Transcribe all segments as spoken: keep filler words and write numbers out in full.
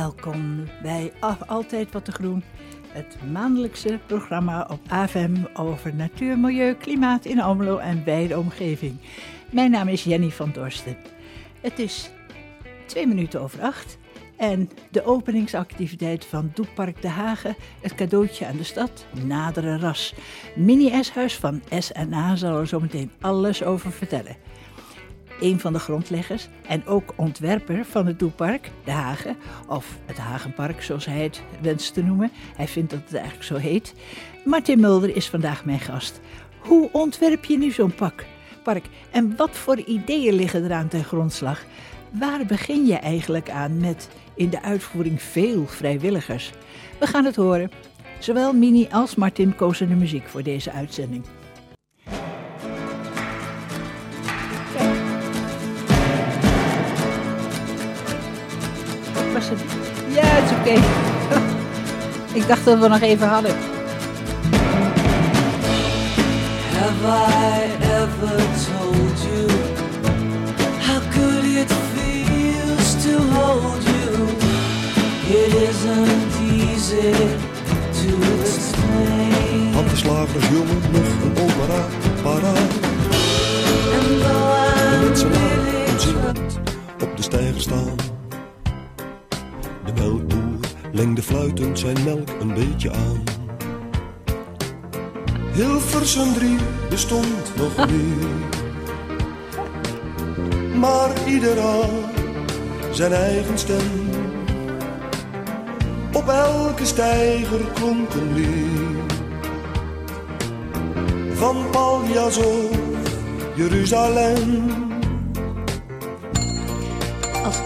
Welkom bij Altijd Wat te Groen, het maandelijkse programma op A F M over natuur, milieu, klimaat in Almelo en wijde omgeving. Mijn naam is Jenny van Dorsten. Het is twee minuten over acht en de openingsactiviteit van Doepark De Hagen, het cadeautje aan de stad, nadere ras. Mini S-huis van S en A zal er zo meteen alles over vertellen. Een van de grondleggers en ook ontwerper van het Doepark, De Hagen, of het Hagenpark zoals hij het wenst te noemen. Hij vindt dat het eigenlijk zo heet. Martin Mulder is vandaag mijn gast. Hoe ontwerp je nu zo'n pak, park en wat voor ideeën liggen eraan ten grondslag? Waar begin je eigenlijk aan met in de uitvoering veel vrijwilligers? We gaan het horen. Zowel Mini als Martin kozen de muziek voor deze uitzending. Ja, het is oké. Okay. Ik dacht dat we nog even hadden. Have I ever told you how good it feels to hold you? It isn't easy to explain. Had de slagersjongen nog een opera paraat? And though I'm Met z'n allen really een zingend op de steiger staan. De melkboer lengde fluitend zijn melk een beetje aan. Hilversum drie bestond nog niet, maar ieder had zijn eigen stem. Op elke steiger klonk een lied, van Paljas of Jeruzalem. Als...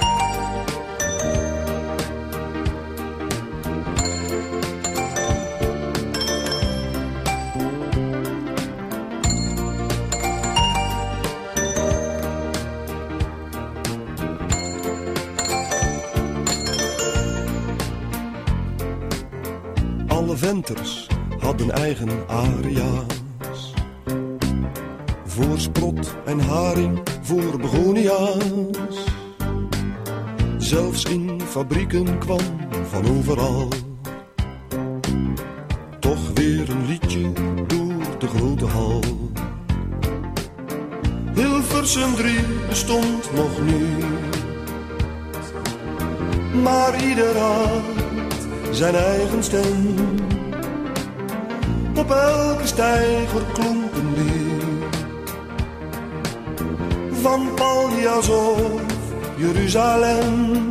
Alle venters hadden eigen aria's, voor sprot en haring, voor begonia's. Zelfs in fabrieken kwam van overal toch weer een liedje door de grote hal. Hilversum drie bestond nog niet, maar ieder had zijn eigen stem. Op elke steiger klonk een lied, van Paljas of Jeruzalem.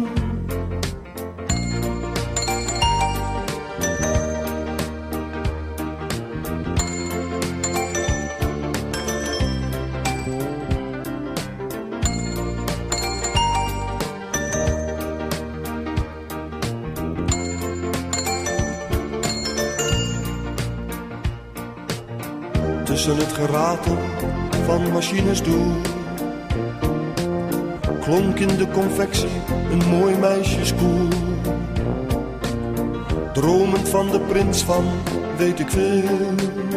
Tussen het geratel van machines door klonk in de confectie een mooi meisjeskoor. Dromend van de prins van weet ik veel,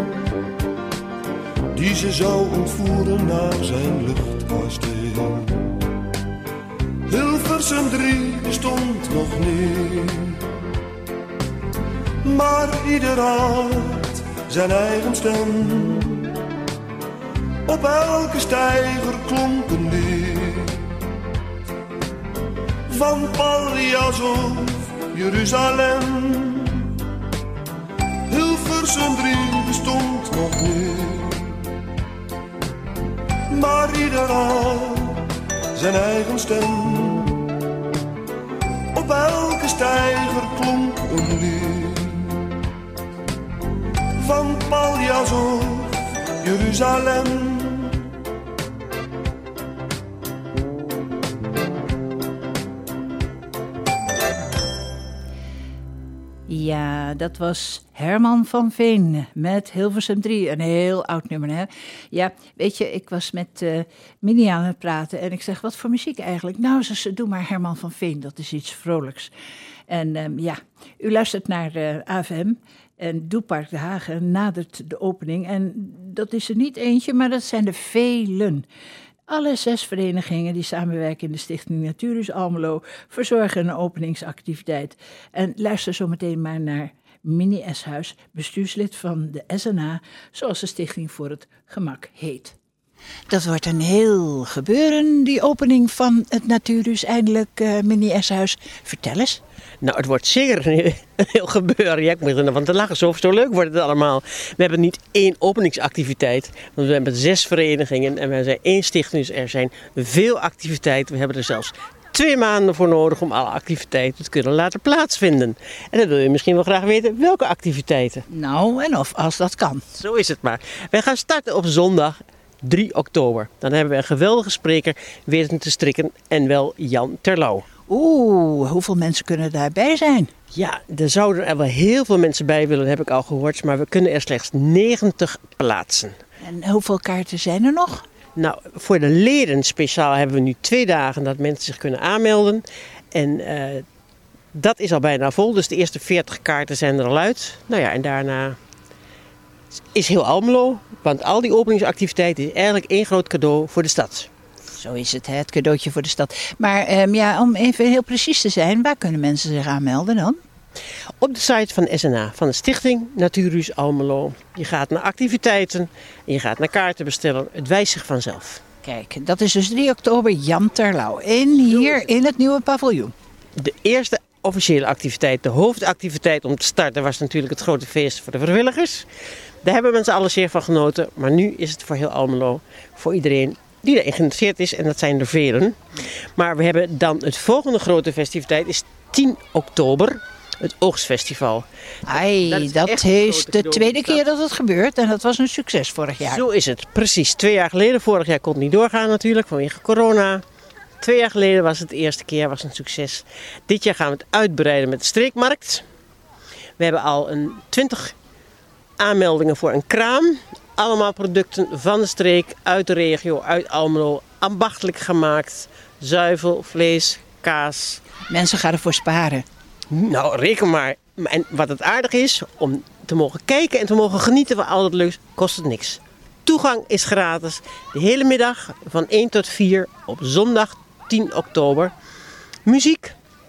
die ze zou ontvoeren naar zijn luchtkasteel. Hilversum drie bestond nog niet, maar ieder had zijn eigen stem. Op elke steiger klonk een lied, van Paljas of Jeruzalem. Hilversum drie bestond nog niet, maar ieder had zijn eigen stem. Op elke steiger klonk een lied, van Paljas of Jeruzalem. Ja, dat was Herman van Veen met Hilversum drie. Een heel oud nummer, hè? Ja, weet je, ik was met uh, Mini aan het praten en ik zeg, wat voor muziek eigenlijk? Nou, ze, ze doe maar Herman van Veen, dat is iets vrolijks. En um, ja, u luistert naar uh, A F M en Doepark De Hagen nadert de opening. En dat is er niet eentje, maar dat zijn er velen. Alle zes verenigingen die samenwerken in de Stichting Natuurhus Almelo verzorgen een openingsactiviteit. En luister zo meteen maar naar Minnie Eshuis, bestuurslid van de S N A, zoals de stichting voor het gemak heet. Dat wordt een heel gebeuren, die opening van het Natuurhus eindelijk, uh, Minnie Eshuis. Vertel eens. Nou, het wordt zeker een heel gebeuren. Ja, ik moet er van te lachen. Zo, zo leuk wordt het allemaal. We hebben niet één openingsactiviteit. Want we hebben zes verenigingen en we zijn één stichting. Dus er zijn veel activiteiten. We hebben er zelfs twee maanden voor nodig om alle activiteiten te kunnen laten plaatsvinden. En dan wil je misschien wel graag weten welke activiteiten. Nou, en of als dat kan. Zo is het maar. Wij gaan starten op zondag drie oktober. Dan hebben we een geweldige spreker weten te strikken en wel Jan Terlouw. Oeh, hoeveel mensen kunnen daarbij zijn? Ja, er zouden er wel heel veel mensen bij willen, heb ik al gehoord. Maar we kunnen er slechts negentig plaatsen. En hoeveel kaarten zijn er nog? Nou, voor de leden speciaal hebben we nu twee dagen dat mensen zich kunnen aanmelden. En uh, dat is al bijna vol. Dus de eerste veertig kaarten zijn er al uit. Nou ja, en daarna is heel Almelo. Want al die openingsactiviteiten is eigenlijk één groot cadeau voor de stad. Zo is het, hè? Het cadeautje voor de stad. Maar um, ja, om even heel precies te zijn, waar kunnen mensen zich aanmelden dan? Op de site van de S N A, van de Stichting Natuurhus Almelo. Je gaat naar activiteiten en je gaat naar kaarten bestellen. Het wijst zich vanzelf. Kijk, dat is dus drie oktober, Jan Terlouw. En hier in het nieuwe paviljoen. De eerste officiële activiteit, de hoofdactiviteit om te starten, was natuurlijk het grote feest voor de vrijwilligers. Daar hebben mensen alle zeer van genoten. Maar nu is het voor heel Almelo, voor iedereen die erin geïnteresseerd is. En dat zijn er velen. Maar we hebben dan het volgende grote festiviteit, is tien oktober. Het Oogstfestival. Ai, dat is, dat is de tweede keer dat het gebeurt en dat was een succes vorig jaar. Zo is het, precies. Twee jaar geleden, vorig jaar kon het niet doorgaan natuurlijk vanwege corona. Twee jaar geleden was het de eerste keer, was een succes. Dit jaar gaan we het uitbreiden met de streekmarkt. We hebben al een twintig aanmeldingen voor een kraam. Allemaal producten van de streek, uit de regio, uit Almelo. Ambachtelijk gemaakt. Zuivel, vlees, kaas. Mensen gaan ervoor sparen. Nou, reken maar. En wat het aardig is, om te mogen kijken en te mogen genieten van al dat leuks, kost het niks. Toegang is gratis. De hele middag van één tot vier op zondag tien oktober. Muziek.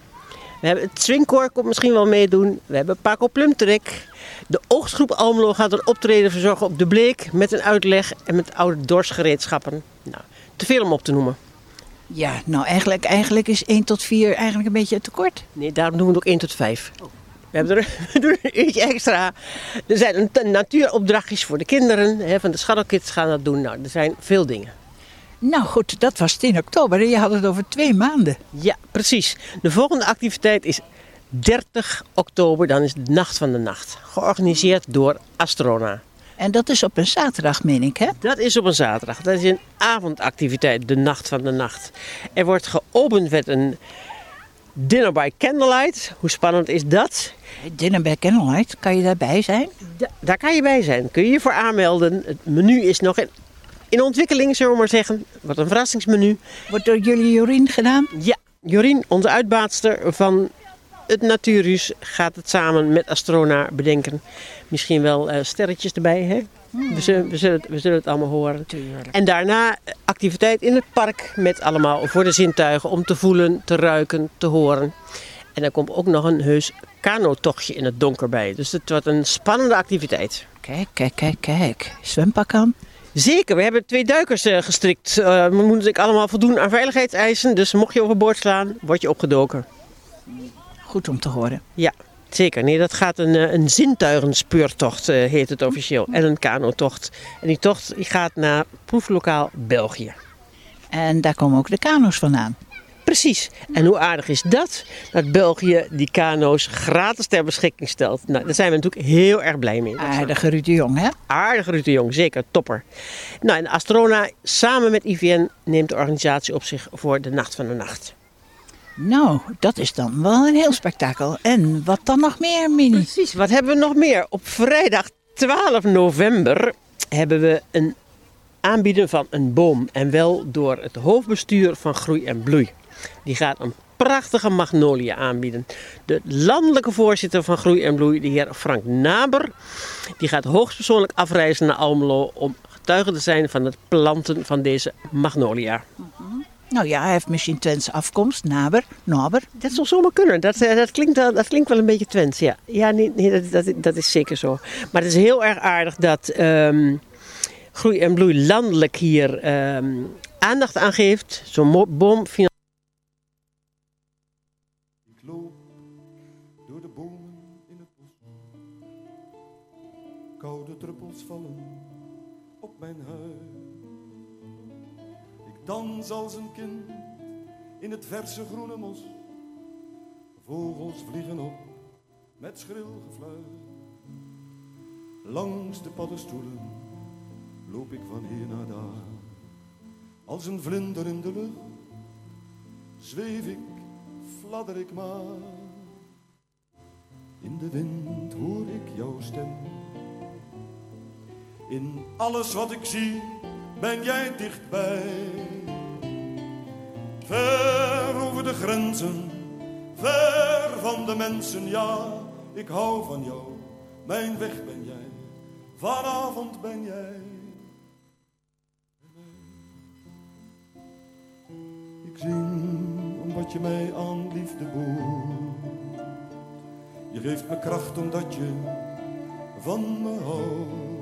We hebben het swingkoor komt misschien wel meedoen. We hebben Paco Plumtrek. De oogstgroep Almelo gaat een optreden verzorgen op de Bleek met een uitleg en met oude dorsgereedschappen. Nou, te veel om op te noemen. Ja, nou eigenlijk, eigenlijk is één tot vier eigenlijk een beetje tekort. Nee, daarom doen we het ook één tot vijf. Oh. We, hebben er, we doen er een uurtje extra. Er zijn een natuuropdrachtjes voor de kinderen. Hè, van de Scharrelkids gaan dat doen. Nou, er zijn veel dingen. Nou goed, dat was tien oktober en je had het over twee maanden. Ja, precies. De volgende activiteit is dertig oktober. Dan is de Nacht van de Nacht. Georganiseerd door Astrona. En dat is op een zaterdag, meen ik, hè? Dat is op een zaterdag. Dat is een avondactiviteit, de Nacht van de Nacht. Er wordt geopend met een dinner by candlelight. Hoe spannend is dat? Dinner by candlelight, kan je daarbij zijn? Da- daar kan je bij zijn. Kun je je voor aanmelden. Het menu is nog in, in ontwikkeling, zullen we maar zeggen. Wat een verrassingsmenu. Wordt door jullie Jorien gedaan? Ja, Jorien, onze uitbaatster van het Natuurhus, gaat het samen met Astrona bedenken. Misschien wel uh, sterretjes erbij, hè? Hmm. We, zullen, we, zullen het, we zullen het allemaal horen. Tuurlijk. En daarna activiteit in het park met allemaal voor de zintuigen om te voelen, te ruiken, te horen. En er komt ook nog een heus kanotochtje in het donker bij. Dus het wordt een spannende activiteit. Kijk, kijk, kijk, kijk. Zwempak aan? Zeker, we hebben twee duikers uh, gestrikt. Uh, we moeten natuurlijk allemaal voldoen aan veiligheidseisen. Dus mocht je overboord slaan, word je opgedoken. Goed om te horen. Ja, zeker. Nee, dat gaat een, een zintuigenspeurtocht, uh, heet het officieel. En een kanotocht. En die tocht die gaat naar proeflokaal België. En daar komen ook de kano's vandaan. Precies. En hoe aardig is dat? Dat België die kano's gratis ter beschikking stelt. Nou, daar zijn we natuurlijk heel erg blij mee. Aardige Ruud de Jong, hè? Aardige Ruud de Jong, zeker. Topper. Nou, en Astrona samen met I V N neemt de organisatie op zich voor de Nacht van de Nacht. Nou, dat is dan wel een heel spektakel. En wat dan nog meer, Minnie? Precies, wat hebben we nog meer? Op vrijdag twaalf november hebben we een aanbieden van een boom. En wel door het hoofdbestuur van Groei en Bloei. Die gaat een prachtige magnolia aanbieden. De landelijke voorzitter van Groei en Bloei, de heer Frank Naber, die gaat hoogstpersoonlijk afreizen naar Almelo om getuige te zijn van het planten van deze magnolia. Nou ja, hij heeft misschien Twentse afkomst, naber, naber. Dat zou zomaar kunnen. Dat, eh, dat, klinkt, wel, dat klinkt wel een beetje Twents, ja. Ja, nee, nee, dat, dat, dat is zeker zo. Maar het is heel erg aardig dat um, Groei en Bloei landelijk hier um, aandacht aan geeft. Zo'n mo- boom... Ik loop door de bomen in het bos. Koude druppels vallen op mijn huid. Ik dans als een kind in het verse groene mos. Vogels vliegen op met schril gefluit. Langs de paddenstoelen loop ik van hier naar daar. Als een vlinder in de lucht zweef ik, fladder ik maar. In de wind hoor ik jouw stem. In alles wat ik zie ben jij dichtbij. Ver over de grenzen, ver van de mensen, ja, ik hou van jou. Mijn weg ben jij, vanavond ben jij. Ik zing omdat je mij aan liefde boort. Je geeft me kracht omdat je van me houdt.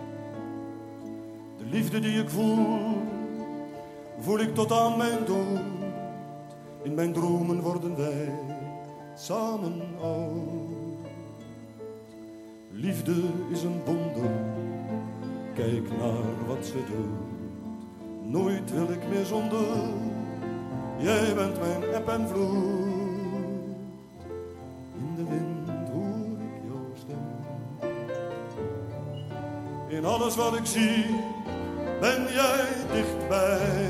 De liefde die ik voel, voel ik tot aan mijn dood. In mijn dromen worden wij samen oud. Liefde is een wonder, kijk naar wat ze doet. Nooit wil ik meer zonder, jij bent mijn eb en vloed. In de wind hoor ik jouw stem. In alles wat ik zie ben jij dichtbij.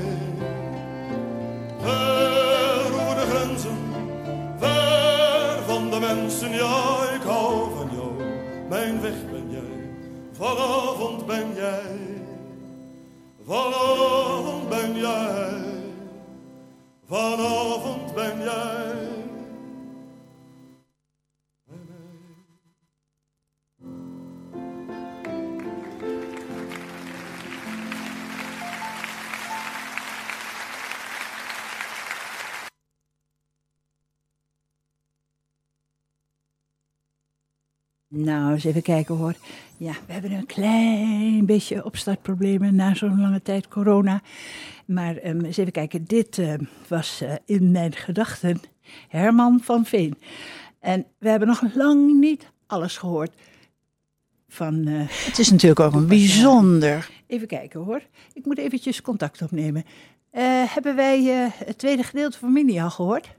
Ver over de grenzen, ver van de mensen, ja, ik hou van jou. Mijn weg ben jij, vanavond ben jij, vanavond ben jij, vanavond ben jij. Nou, eens even kijken hoor. Ja, we hebben een klein beetje opstartproblemen na zo'n lange tijd corona. Maar um, eens even kijken, dit uh, was uh, in mijn gedachten Herman van Veen. En we hebben nog lang niet alles gehoord van... Uh, het is natuurlijk ook een bijzonder... Even kijken hoor, ik moet eventjes contact opnemen. Uh, hebben wij uh, het tweede gedeelte van Minnie al gehoord?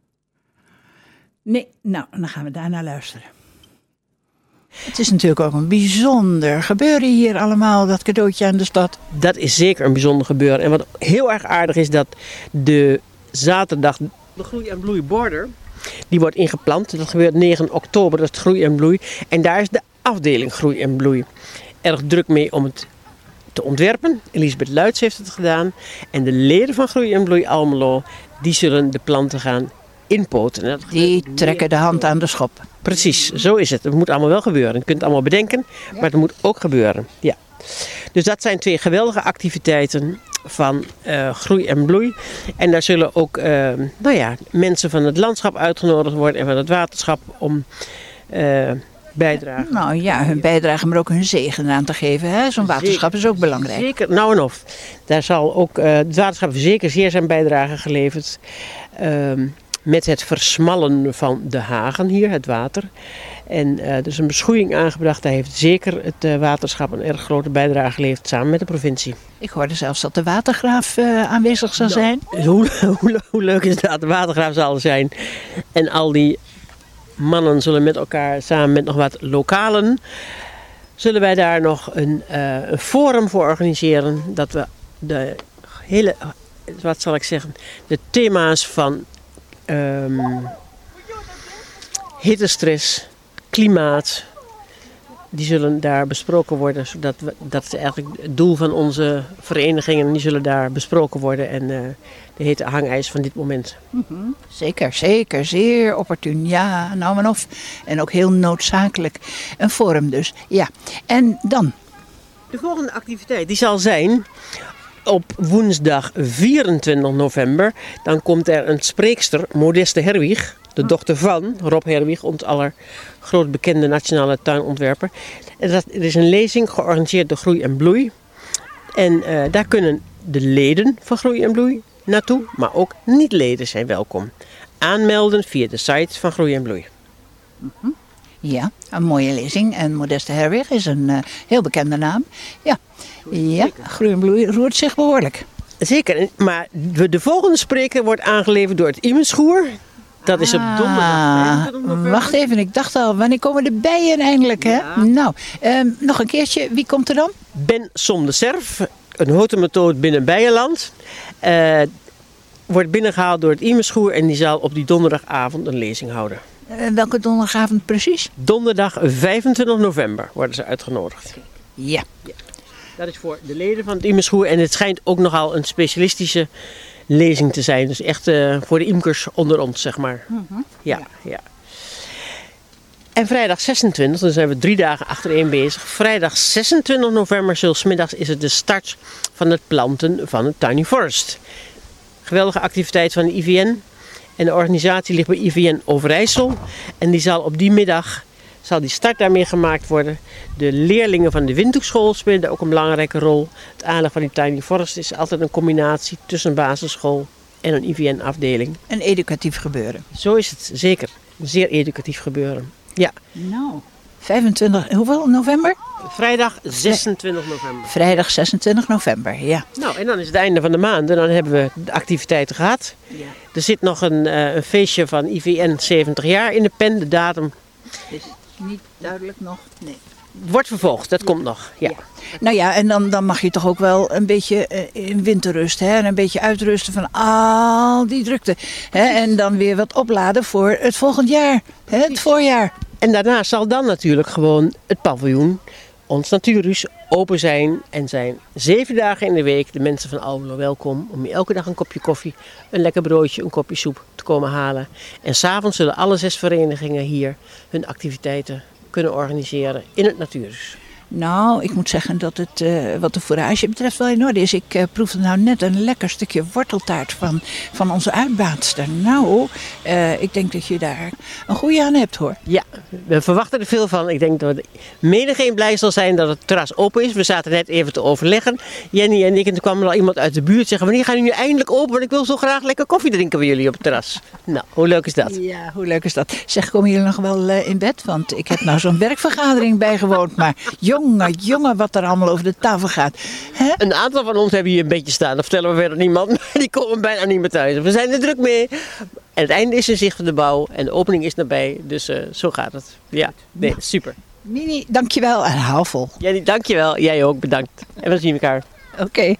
Nee, nou, dan gaan we daarna luisteren. Het is natuurlijk ook een bijzonder gebeuren hier allemaal, dat cadeautje aan de stad. Dat is zeker een bijzonder gebeuren. En wat heel erg aardig is, dat de zaterdag, de Groei en Bloei border, die wordt ingeplant. Dat gebeurt negen oktober, dat is Groei en Bloei. En daar is de afdeling Groei en Bloei erg druk mee om het te ontwerpen. Elisabeth Luits heeft het gedaan. En de leden van Groei en Bloei Almelo, die zullen de planten gaan inpoten. Dat die trekken de hand aan de schop. Precies, zo is het. Het moet allemaal wel gebeuren. Je kunt het allemaal bedenken, ja. Maar het moet ook gebeuren. Ja. Dus dat zijn twee geweldige activiteiten van uh, Groei en Bloei. En daar zullen ook uh, nou ja, mensen van het landschap uitgenodigd worden en van het waterschap om uh, bijdrage. Nou ja, hun bijdrage, maar ook hun zegen aan te geven. Hè? Zo'n waterschap is ook belangrijk. Zeker, nou en of. Daar zal ook uh, het waterschap zeker zeer zijn bijdrage geleverd. Uh, Met het versmallen van de hagen hier, het water. En uh, er is een beschoeiing aangebracht. Daar heeft zeker het uh, waterschap een erg grote bijdrage geleverd samen met de provincie. Ik hoorde zelfs dat de watergraaf uh, aanwezig zal zijn. Nou, hoe, hoe, hoe leuk is dat? De watergraaf zal er zijn. En al die mannen zullen met elkaar samen met nog wat lokalen, zullen wij daar nog een, uh, een forum voor organiseren. Dat we de hele, wat zal ik zeggen, de thema's van Um, hittestress, klimaat, die zullen daar besproken worden. Zodat we, dat is eigenlijk het doel van onze verenigingen, die zullen daar besproken worden. En uh, de hete hangijs van dit moment. Mm-hmm. Zeker, zeker. Zeer opportun. Ja, nou en of. En ook heel noodzakelijk. Een forum dus. Ja. En dan? De volgende activiteit die zal zijn op woensdag vierentwintig november. Dan komt er een spreekster, Modeste Herwig, de dochter van Rob Herwig, ons aller groot bekende nationale tuinontwerper. En dat er is een lezing georganiseerd door Groei en Bloei. En uh, daar kunnen de leden van Groei en Bloei naartoe, maar ook niet-leden zijn welkom. Aanmelden via de site van Groei en Bloei. Mm-hmm. Ja, een mooie lezing. En Modeste Herwig is een uh, heel bekende naam. Ja, ja, Groei en Bloei roert zich behoorlijk. Zeker, maar de, de volgende spreker wordt aangeleverd door het Imenschoer. Dat is op donderdag. Ah, wacht even, ik dacht al, wanneer komen de bijen eindelijk? Hè? Ja. Nou, um, nog een keertje, wie komt er dan? Ben Som de Serf, een hotemethode binnen Bijenland. Uh, wordt binnengehaald door het Imenschoer en die zal op die donderdagavond een lezing houden. Uh, welke donderdagavond precies? Donderdag vijfentwintig november worden ze uitgenodigd. Ja. ja. Dat is voor de leden van het Imenschoer en het schijnt ook nogal een specialistische lezing te zijn. Dus echt uh, voor de imkers onder ons, zeg maar. Mm-hmm. Ja, ja. ja. En vrijdag zesentwintig, dan zijn we drie dagen achtereen bezig. Vrijdag zesentwintig november, 's middags, is het de start van het planten van het Tiny Forest. Geweldige activiteit van de I V N. En de organisatie ligt bij I V N Overijssel. En die zal op die middag, zal die start daarmee gemaakt worden. De leerlingen van de Windhoekschool spelen daar ook een belangrijke rol. Het aanleg van die Tiny Forest is altijd een combinatie tussen een basisschool en een I V N-afdeling. Een educatief gebeuren. Zo is het, zeker. Een zeer educatief gebeuren. Ja. Nou, vijfentwintig, hoeveel november? Vrijdag zesentwintig november. Vrijdag zesentwintig november, ja. Nou, en dan is het einde van de maand en dan hebben we de activiteiten gehad. Ja. Er zit nog een, uh, een feestje van I V N zeventig jaar in de pen, de datum. Is niet duidelijk nog? Nee. Wordt vervolgd, dat ja. komt nog. Ja. Ja. Nou ja, en dan, dan mag je toch ook wel een beetje uh, in winterrust, hè, en een beetje uitrusten van al die drukte. Hè, en dan weer wat opladen voor het volgend jaar, hè, het voorjaar. En daarna zal dan natuurlijk gewoon het paviljoen, ons Natuurhuis, open zijn. En zijn zeven dagen in de week de mensen van Almelo welkom om elke dag een kopje koffie, een lekker broodje, een kopje soep te komen halen. En 's avonds zullen alle zes verenigingen hier hun activiteiten kunnen organiseren in het Natuurhuis. Nou, ik moet zeggen dat het uh, wat de fourage betreft wel in orde is. Ik uh, proefde nou net een lekker stukje worteltaart van, van onze uitbaatster. Nou, uh, ik denk dat je daar een goede aan hebt, hoor. Ja, we verwachten er veel van. Ik denk dat we menigeen blij zal zijn dat het terras open is. We zaten net even te overleggen, Jenny en ik. En toen kwam er al iemand uit de buurt zeggen, wanneer gaan jullie nu eindelijk open? Want ik wil zo graag lekker koffie drinken bij jullie op het terras. Nou, hoe leuk is dat? Ja, hoe leuk is dat? Zeg, komen jullie nog wel uh, in bed? Want ik heb nou zo'n werkvergadering bijgewoond, maar jong. Jongen, jongen, wat er allemaal over de tafel gaat. Hè? Een aantal van ons hebben hier een beetje staan. Dat vertellen we verder niemand. Maar die komen bijna niet meer thuis. We zijn er druk mee. En het einde is in zicht van de bouw. En de opening is nabij. Dus uh, zo gaat het. Ja, nee, nou, super. Mini, dankjewel en hou vol. Jij, dankjewel. Jij ook, bedankt. En we zien elkaar. Oké. Okay.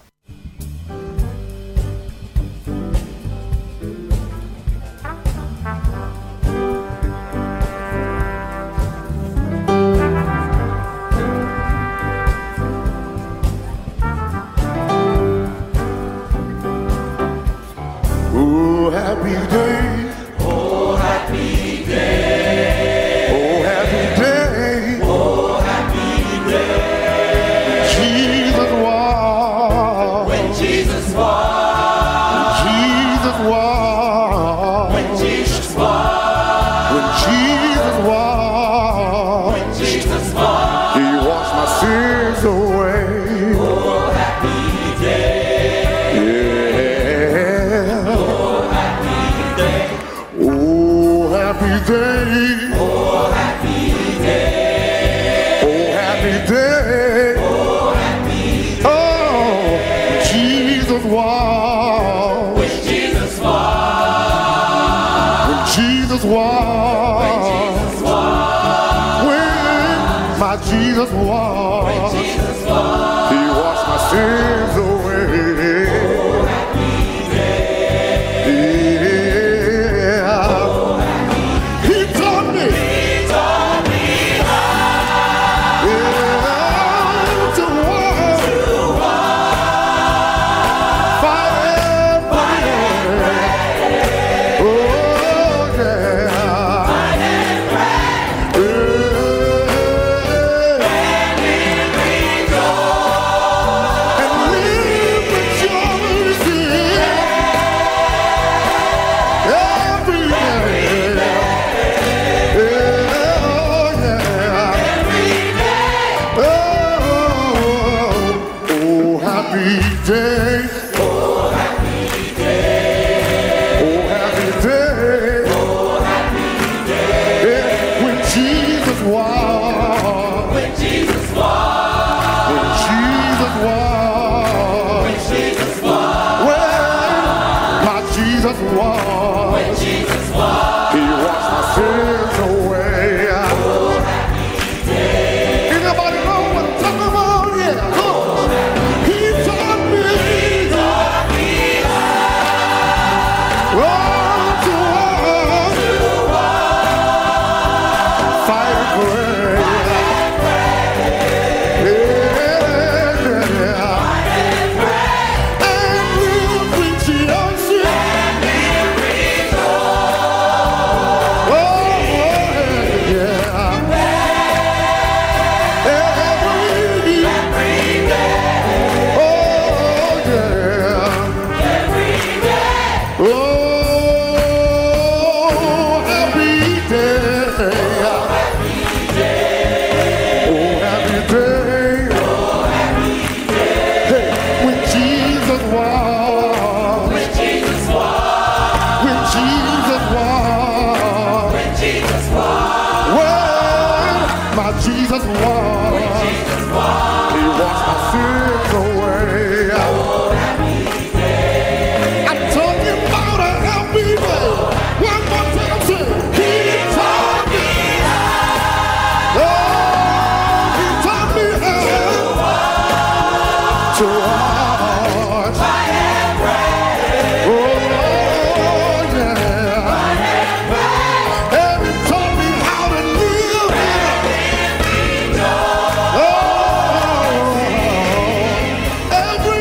Oh, happy day. Oh, happy day. Oh, happy day. Oh, happy day. Jesus walked. When Jesus walked. Jesus walked. When Jesus walked. When Jesus walked. When Jesus walked. He washed my sins away. Oh, happy day. Yeah. Oh, happy day. Oh, happy day. Oh, happy day. Oh, happy day. Oh, happy day. Oh, Jesus walked. When Jesus walked. When Jesus walked. Jesus walked. When my Jesus walked. Jesus walked. He washed my sins away. Oh, happy day. Yeah. Oh, happy He taught me. He taught me how Yeah, to walk. to walk. Fight and pray. Oh, yeah. Fight and pray. Yeah. And in rejoice. Jesus was, when Jesus was, He washed my sins away. oh happy day, Anybody know what I'm talking about? Yeah, come on. He taught me, He taught me oh, to walk, to walk, fight and pray. and pray, Yeah, yeah. and pray, And live with Jesus. and live rejoice. Oh, yeah. Every day. Every day, Oh, yeah. every day, Oh, happy day. Oh, happy day. Hey, when Jesus walked, when Jesus walked, when Jesus walked, when Jesus walked, well, my Jesus walked, Jesus walked, He washed my sins away. I'm talking about a happy day. One more time, say, He taught me. Oh, He taught me how to walk. fight and pray, Oh, yeah. And He taught me how to live. Oh, every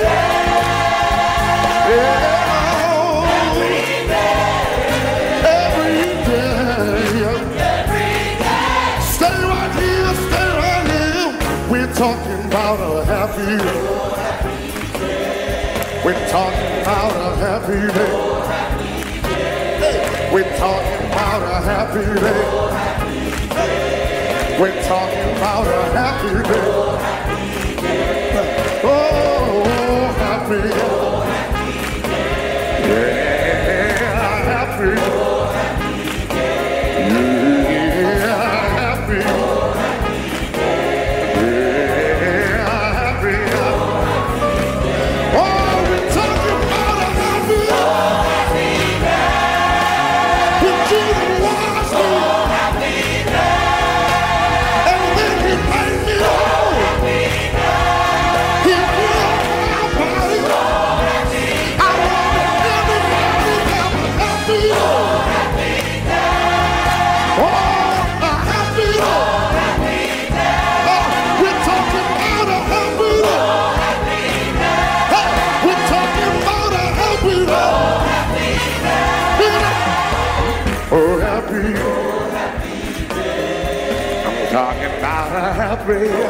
every day. Stay right here, stay right here. We're talking about a happy day. We're talking about a happy day. We're talking about a happy day. We're talking about a happy day. Oh, happy. Yeah, happy. Yeah, happy. Yeah, happy. Oh, we're talking about a happy day. When Jesus washed me. And then He made me whole. He healed my body. I want everybody to have a happy day. Oh, a happy day. Oh, we're talking about a happy day. Hey, we're talking about a happy day. Oh, happy. I'm talking about a happy day.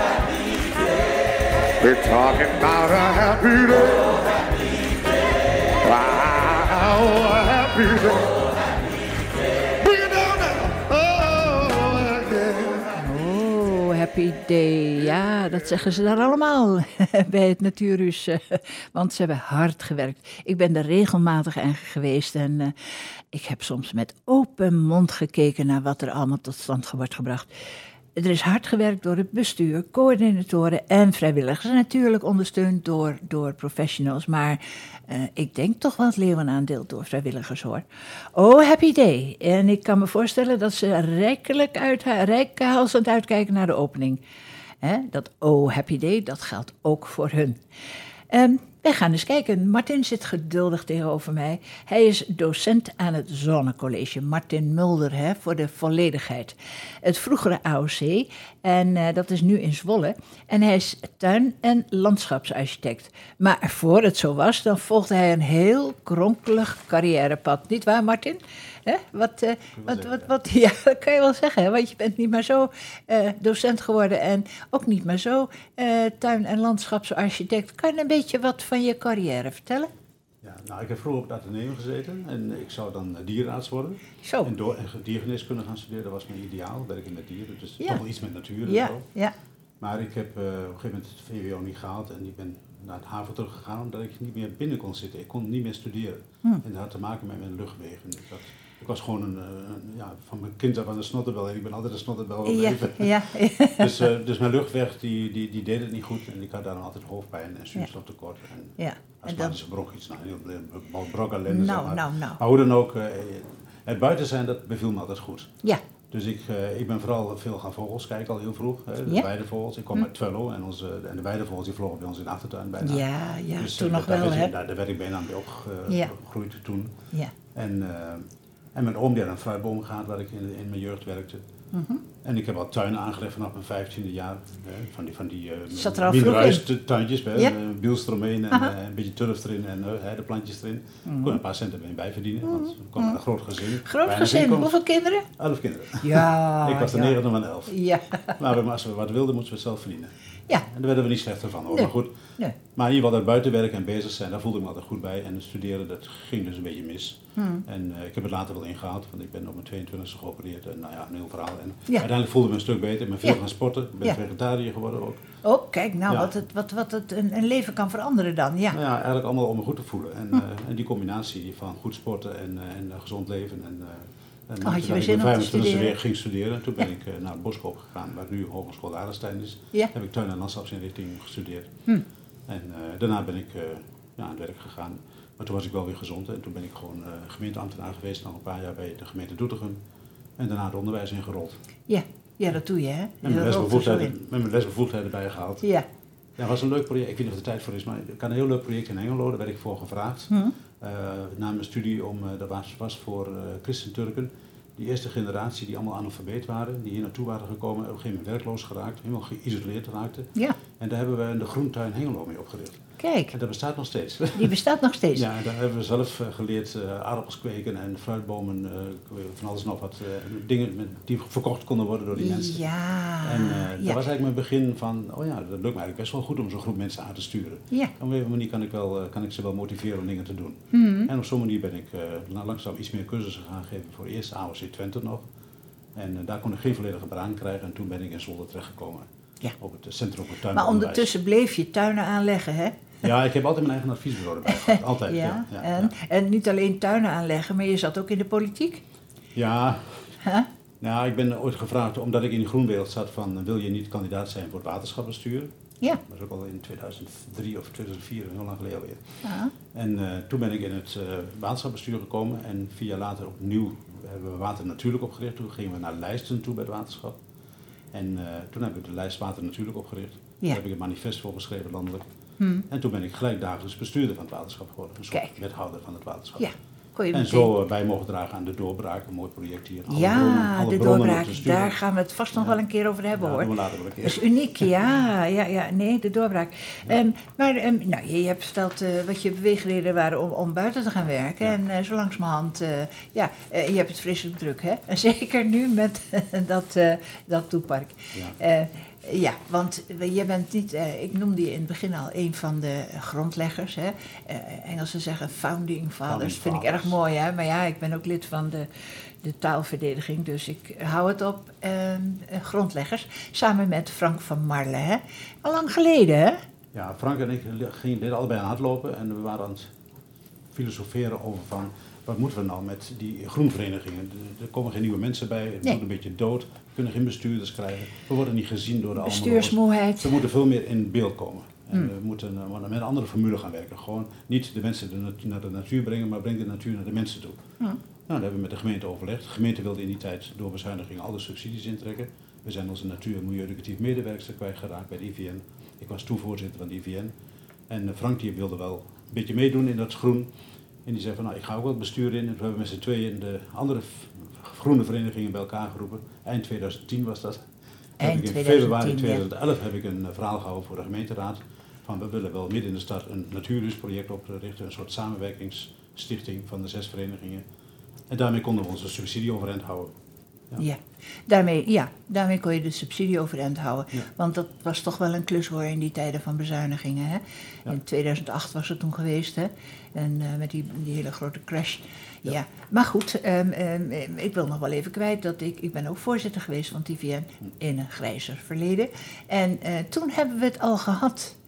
We're talking about a happy day. Wow, a happy day. Bring it down now. Oh, yeah. Oh, happy day. Ja, dat zeggen ze daar allemaal bij het Natuurhuis. eh, Want ze hebben hard gewerkt. Ik ben er regelmatig aan geweest en eh, ik heb soms met open mond gekeken naar wat er allemaal tot stand wordt gebracht. Er is hard gewerkt door het bestuur, coördinatoren en vrijwilligers. Natuurlijk ondersteund door, door professionals, maar uh, ik denk toch wel het leeuwenaandeel door vrijwilligers hoor. Oh, happy day. En ik kan me voorstellen dat ze rijkelijk uit, rijkhalsend aan het uitkijken naar de opening. Hè, dat oh, happy day, dat geldt ook voor hun. Um, wij gaan eens kijken. Martin zit geduldig tegenover mij. Hij is docent aan het Zonnecollege. Martin Mulder, hè, voor de volledigheid. Het vroegere A O C. En uh, dat is nu in Zwolle. En hij is tuin- en landschapsarchitect. Maar voor het zo was, dan volgde hij een heel kronkelig carrièrepad. Niet waar, Martin? Hè? Wat, uh, wat, wat, wat, ja, dat kan je wel zeggen. Hè? Want je bent niet maar zo uh, docent geworden en ook niet maar zo uh, tuin- en landschapsarchitect. Kan je een beetje wat van je carrière vertellen? Ja, nou, ik heb vroeger op het Atheneum gezeten en ik zou dan dierenarts worden. Zo. En, door, en diergeneeskunde gaan studeren, dat was mijn ideaal, werken met dieren. Dus Ja. toch wel iets met natuur en Ja, zo. ja. Maar ik heb uh, op een gegeven moment het V W O niet gehaald en ik ben naar het haven teruggegaan omdat ik niet meer binnen kon zitten. Ik kon niet meer studeren. Hm. En dat had te maken met mijn luchtwegen. Ik, had, ik was gewoon een, een, ja, van mijn kind af aan een snotterbel. En ik ben altijd een snotterbel Ja, gebleven. ja. dus, uh, dus mijn luchtweg die, die, die deed het niet goed. En ik had daar dan altijd hoofdpijn en zuurstoftekort. En Ja. astmatische bronchitis. Nou, heel brokellende. Nou, zeg maar. nou, nou. Maar hoe dan ook, uh, het buiten zijn, dat beviel me altijd goed. Ja. Dus ik, uh, ik ben vooral veel gaan vogels kijken, al heel vroeg. Hè, de Ja. weidevogels. Ik kwam Hm. uit Twello en, onze, en de weidevogels die vlogen bij ons in de achtertuin bijna. Ja, ja, dus, toen uh, nog daar wel, werd, hè? Daar, daar werd ik bijna mee Ja. opgegroeid toen. Ja. En, uh, en mijn oom die had een fruitboom gehad waar ik in, in mijn jeugd werkte. Mm-hmm. En ik heb al tuinen aangelegd vanaf mijn vijftiende jaar. Hè, van die, van die uh, Zat er al vroeg in? tuintjes, Ja. uh, biels eromheen en Aha. uh, een beetje turf erin en uh, heideplantjes erin. Mm-hmm. Kon er een paar centen mee bij verdienen, want ik kwam uit een groot gezin. Groot Weinig gezin, inkomsten. hoeveel kinderen? Elf kinderen. Ja. ik was de ja. negende van elf. Ja. Maar we- als we wat wilden, moesten we het zelf verdienen. Ja. En daar werden we niet slechter van, hoor. Nee. Maar goed. Nee. Maar in ieder geval dat buiten werken en bezig zijn, daar voelde ik me altijd goed bij. En het studeren, dat ging dus een beetje mis. Hmm. En uh, ik heb het later wel ingehaald, want ik ben op mijn tweeëntwintigste geopereerd. En nou ja, een heel verhaal. En Ja. uiteindelijk voelde ik me een stuk beter. Ik ben veel Ja. gaan sporten. Ik ben Ja. vegetariër geworden ook. Oh, kijk nou, Ja. wat het, wat, wat het een, een leven kan veranderen dan. Ja. Nou ja, eigenlijk allemaal om me goed te voelen. En, uh, en die combinatie van goed sporten en, uh, en uh, gezond leven. En, uh, en had je toen weer ik zin om te vijfentwintigste studeren? weer ging studeren. Toen ben ik uh, naar Boskoop gegaan, waar nu Hogeschool Arenstein is. Ja. Heb ik tuin- en landschapsinrichting gestudeerd. Hm. En uh, daarna ben ik uh, ja, aan het werk gegaan. Maar toen was ik wel weer gezond en toen ben ik gewoon uh, gemeenteambtenaar geweest, nog een paar jaar bij de gemeente Doetinchem. En daarna het onderwijs ingerold. Ja. Ja, dat doe je, hè? En Dat mijn rolt er zo lesbevoegdheid, in. met mijn lesbevoegdheid erbij gehaald. Ja. Ja, het was een leuk project. Ik weet niet of er tijd voor is, maar ik had een heel leuk project in Hengelo. Daar werd ik voor gevraagd. Hm. Uh, na mijn studie, om, uh, dat was, was voor uh, Christen-Turken. Die eerste generatie die allemaal analfabeet waren, die hier naartoe waren gekomen, op een gegeven moment werkloos geraakt, helemaal geïsoleerd raakten. Ja. En daar hebben we de Groentuin Hengelo mee opgericht. Kijk, En dat bestaat nog steeds. die bestaat nog steeds. Ja, daar hebben we zelf uh, geleerd uh, aardappels kweken en fruitbomen, uh, van alles en nog wat uh, dingen met, die verkocht konden worden door die mensen. Ja. En uh, ja. dat was eigenlijk mijn begin van, oh ja, dat lukt me eigenlijk best wel goed om zo'n groep mensen aan te sturen. Ja. Op een manier kan ik, wel, uh, kan ik ze wel motiveren om dingen te doen. Mhm. En op zo'n manier ben ik uh, langzaam iets meer cursussen gaan geven voor eerst A O C Twente nog. En uh, daar kon ik geen volledige baan krijgen en toen ben ik in Zolder terechtgekomen. Ja. Op het uh, Centrum voor Tuin en Maar Onderwijs. ondertussen bleef je tuinen aanleggen, hè? Ja, ik heb altijd mijn eigen adviesbureau erbij gehad. Altijd, ja. Ja. Ja, en, ja. en niet alleen tuinen aanleggen, maar je zat ook in de politiek. ja. Huh? Nou, ik ben ooit gevraagd, omdat ik in die groenwereld zat, van wil je niet kandidaat zijn voor het waterschapsbestuur? Ja. Dat was ook al in tweeduizend drie of tweeduizend vier, heel lang geleden alweer. Ja. En uh, toen ben ik in het uh, waterschapsbestuur gekomen en vier jaar later opnieuw hebben we Water Natuurlijk opgericht. Toen gingen we naar Leisten toe bij het waterschap. En uh, toen heb ik de lijst Water Natuurlijk opgericht. Ja. Daar heb ik een manifest voor geschreven landelijk. Hm. En toen ben ik gelijk dagelijks bestuurder van het waterschap geworden. Een soort Kijk. wethouder van het waterschap. Ja. Kon je En meteen- zo uh, bij mogen dragen aan de doorbraak, een mooi project hier. Alle bronnen- Ja, alle de bronnen doorbraak. op te sturen. Daar gaan we het vast nog Ja. wel een keer over hebben, Ja, hoor. doen we later wel een keer. Dat is uniek, ja, ja, ja, nee, de doorbraak. Ehm, maar ehm, nou, je hebt verteld eh, wat je beweegreden waren om, om buiten te gaan werken. Ja. En eh, zo langzamerhand, eh, ja, eh, je hebt het vreselijk druk, hè? En zeker nu met dat, eh dat toepark. Ja. Eh, ja, want je bent niet, eh, ik noemde je in het begin al een van de grondleggers. Hè? Eh, Engelsen zeggen founding fathers, Founding vind ik fathers. erg mooi. Hè? Maar ja, ik ben ook lid van de, de taalverdediging, dus ik hou het op eh, eh, grondleggers. Samen met Frank van Marle. Hè? Al lang geleden, hè? Ja, Frank en ik gingen dit allebei aan het hardlopen en we waren aan het filosoferen over van wat moeten we nou met die groenverenigingen. Er- Er komen geen nieuwe mensen bij, het Nee. moet een beetje dood, we kunnen geen bestuurders krijgen, we worden niet gezien door de allemaal. Bestuursmoeheid. We moeten veel meer in beeld komen. En Hmm. we moeten uh, met een andere formule gaan werken. Gewoon niet de mensen de nat- naar de natuur brengen, maar breng de natuur naar de mensen toe. Hmm. Nou, daar hebben we met de gemeente overlegd. De gemeente wilde in die tijd door bezuinigingen alle subsidies intrekken. We zijn onze natuur- en milieueducatief medewerkster kwijtgeraakt bij de I V N. Ik was toen voorzitter van de I V N. En uh, Frank die wilde wel een beetje meedoen in dat groen. En die zei van, nou, ik ga ook wel het bestuur in. En toen hebben we met z'n tweeën de andere f- groene verenigingen bij elkaar geroepen. Eind tweeduizend tien was dat. Toen Eind heb ik in tweeduizend tien, februari ja. tweeduizend elf heb ik een uh, verhaal gehouden voor de gemeenteraad. Van we willen wel midden in de stad een natuurhusproject oprichten. Een soort samenwerkingsstichting van de zes verenigingen. En daarmee konden we onze subsidie overeind houden. Ja. Ja. Daarmee, ja, daarmee kon je de subsidie overeind houden. Ja. Want dat was toch wel een klus hoor in die tijden van bezuinigingen. Hè? Ja. In tweeduizend acht was het toen geweest. Hè? En uh, met die, die hele grote crash. Ja. Ja. Maar goed, um, um, ik wil nog wel even kwijt dat ik... Ik ben ook voorzitter geweest van T V N in een grijzer verleden. En uh, toen hebben we het al gehad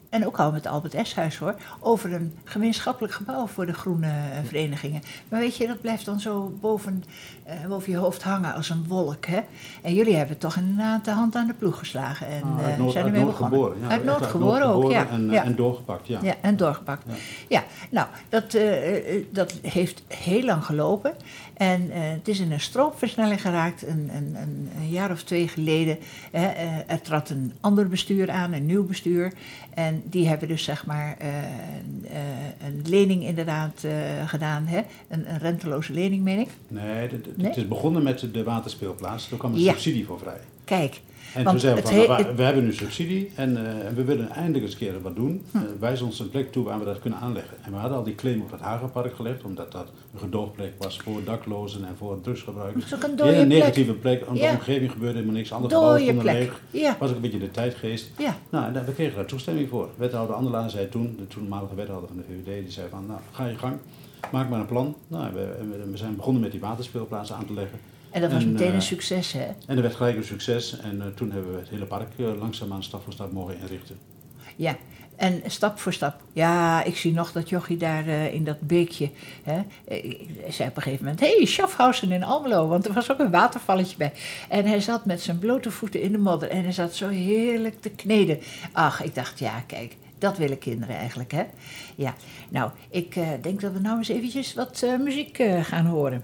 en ook al met Albert Eshuis hoor, over een gemeenschappelijk gebouw voor de groene uh, verenigingen. Maar weet je, dat blijft dan zo boven, uh, boven je hoofd hangen als een wolk. Hè? En jullie hebben toch inderdaad de hand aan de ploeg geslagen en ah, uit uh, Noord, zijn uit ermee Noord begonnen. Geboren, ja, uit Noord uit geboren Noord ook, geboren ja. En, ja. en doorgepakt, ja. Ja, en doorgepakt. Ja, ja nou, dat, uh, dat heeft heel lang gelopen. En uh, het is in een stroopversnelling geraakt een, een, een, een jaar of twee geleden. Hè. Uh, er trad een ander bestuur aan, een nieuw bestuur. En die hebben dus zeg maar uh, uh, een lening inderdaad uh, gedaan. Hè. Een, een renteloze lening, meen ik. Nee, de, de, nee, het is begonnen met de waterspeelplaats. Toen kwam een ja. subsidie voor vrij. Kijk. En Want toen zeiden we het van, he- nou, we hebben nu subsidie en uh, we willen eindelijk eens een keer wat doen. Hm. Uh, wijs ons een plek toe waar we dat kunnen aanleggen. En we hadden al die claim op het Hagenpark gelegd, omdat dat een gedoogplek was voor daklozen en voor drugsgebruikers. Dat is ook een Een dode hele plek. negatieve plek, in de Ja. omgeving gebeurde helemaal niks. Andere Dode gebouwen stonden plek. leeg. Ja. Was ook een beetje de tijdgeest. Ja. Nou, en we kregen daar toestemming voor. Wethouder Andelaar zei toen, de toenmalige wethouder van de V V D, die zei van, nou, ga je gang, maak maar een plan. Nou, we, we zijn begonnen met die waterspeelplaatsen aan te leggen. En dat was En, meteen uh, een succes, hè? En dat werd gelijk een succes en uh, toen hebben we het hele park uh, langzaamaan stap voor stap mogen inrichten. Ja, en stap voor stap. Ja, ik zie nog dat jochie daar uh, in dat beekje, hè, ik zei op een gegeven moment, hé, hey, Schaffhausen in Almelo, want er was ook een watervalletje bij. En hij zat met zijn blote voeten in de modder en hij zat zo heerlijk te kneden. Ach, ik dacht, ja, kijk, dat willen kinderen eigenlijk, hè. Ja, nou, ik uh, denk dat we nou eens eventjes wat uh, muziek uh, gaan horen.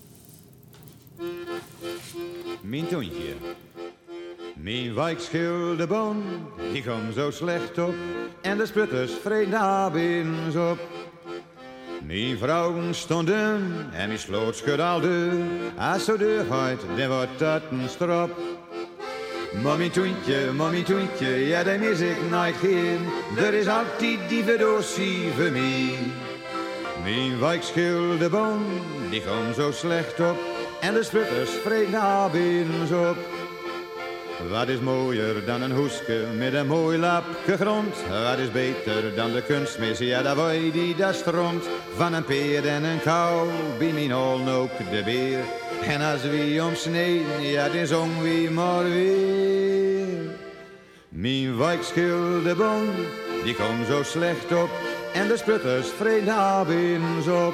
Mijn Toentje, mijn wijkschilderboom, die kwam zo slecht op en de sputters vreden abends op. Mijn vrouwen stonden en mijn sloot schudde al deur, als zo deur gaat, dan wordt dat een strop. Maar mijn Toentje, maar mijn Toentje, ja, daar mis ik nooit geen, er is altijd die verdosie voor mij. Mijn wijkschilderboom, die kwam zo slecht op en de sputters vreden abends op. Wat is mooier dan een hoeske met een mooi lapje grond? Wat is beter dan de kunstmis, ja, daar wou die daar stroomt. Van een peer en een kou, bij mijn holen ook de beer. En als wie omsneden, ja, dan zong wie maar weer. Mijn wijkschilderboom, die komt zo slecht op en de sputters vreden abends op.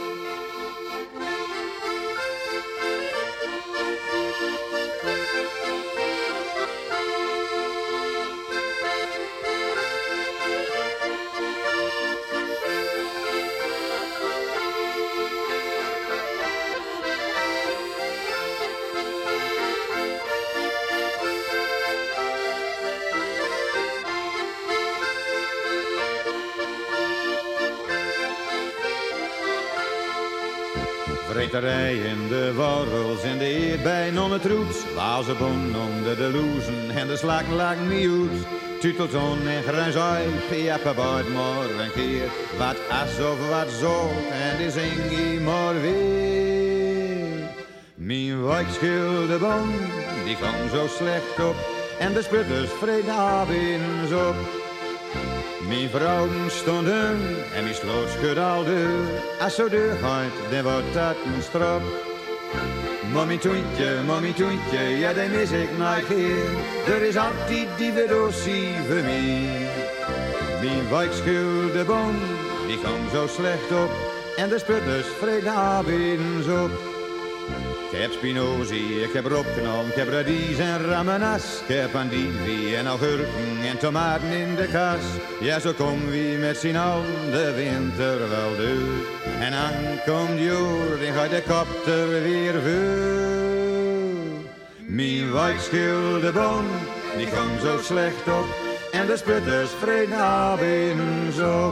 Vreterij in de worrels en de eerdbeien on het roet. Wazenbon onder de loezen en de slaken lagen me uit. Tutelton en gruinzui, piappenboord maar een keer. Wat as of wat zo, en die zing je maar weer. Mijn wijkschilderboom, die kwam zo slecht op. En de sputters vreden abends op. Mijn vrouwen stonden en mijn sloot schudde al deur. Als zo deur gaat, dan wordt dat een strop. Maar mijn Toentje, maar mijn Toentje, ja, die mis ik nooit geen. Er is altijd die verdosie voor mij. Mijn wijkschilderboom, die kwam zo slecht op. En de sputters vreden abends op. Ik heb spinozie, ik heb roopknol, ik heb radies en ramenas. Ik heb andivie en augurken en tomaten in de kas. Ja, zo komen we met z'n allen de winter wel door. En dan komt joer, dan gaat de kopter weer voor. Mijn wijkschilderboom, die komt zo slecht op. En de sputters vreden abends op.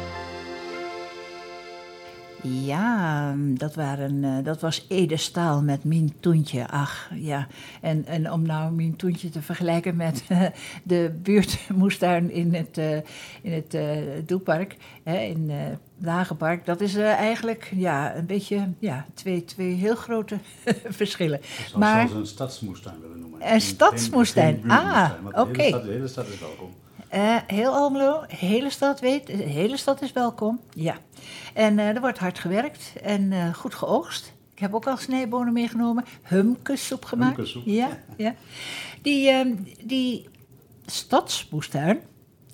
Ja, dat, waren, uh, dat was Ede Staal met Mien Toentje. Ach, ja. En, en om nou Mien Toentje te vergelijken met uh, de buurtmoestuin in het, uh, in het uh, Doelpark, hè, in uh, het Hagenpark, dat is uh, eigenlijk ja, een beetje ja, twee, twee heel grote verschillen. Ik zou maar, zelfs een stadsmoestuin willen noemen. Een stadsmoestuin, Geen, geen ah, oké. oké. Okay. De hele stad is welkom. Uh, heel Almelo, de hele stad weet, de hele stad is welkom, ja. En uh, er wordt hard gewerkt en uh, goed geoogst. Ik heb ook al snijbonen meegenomen, humkesoep gemaakt. Humkesoep. Ja, ja. Die, uh, die stadsmoestuin,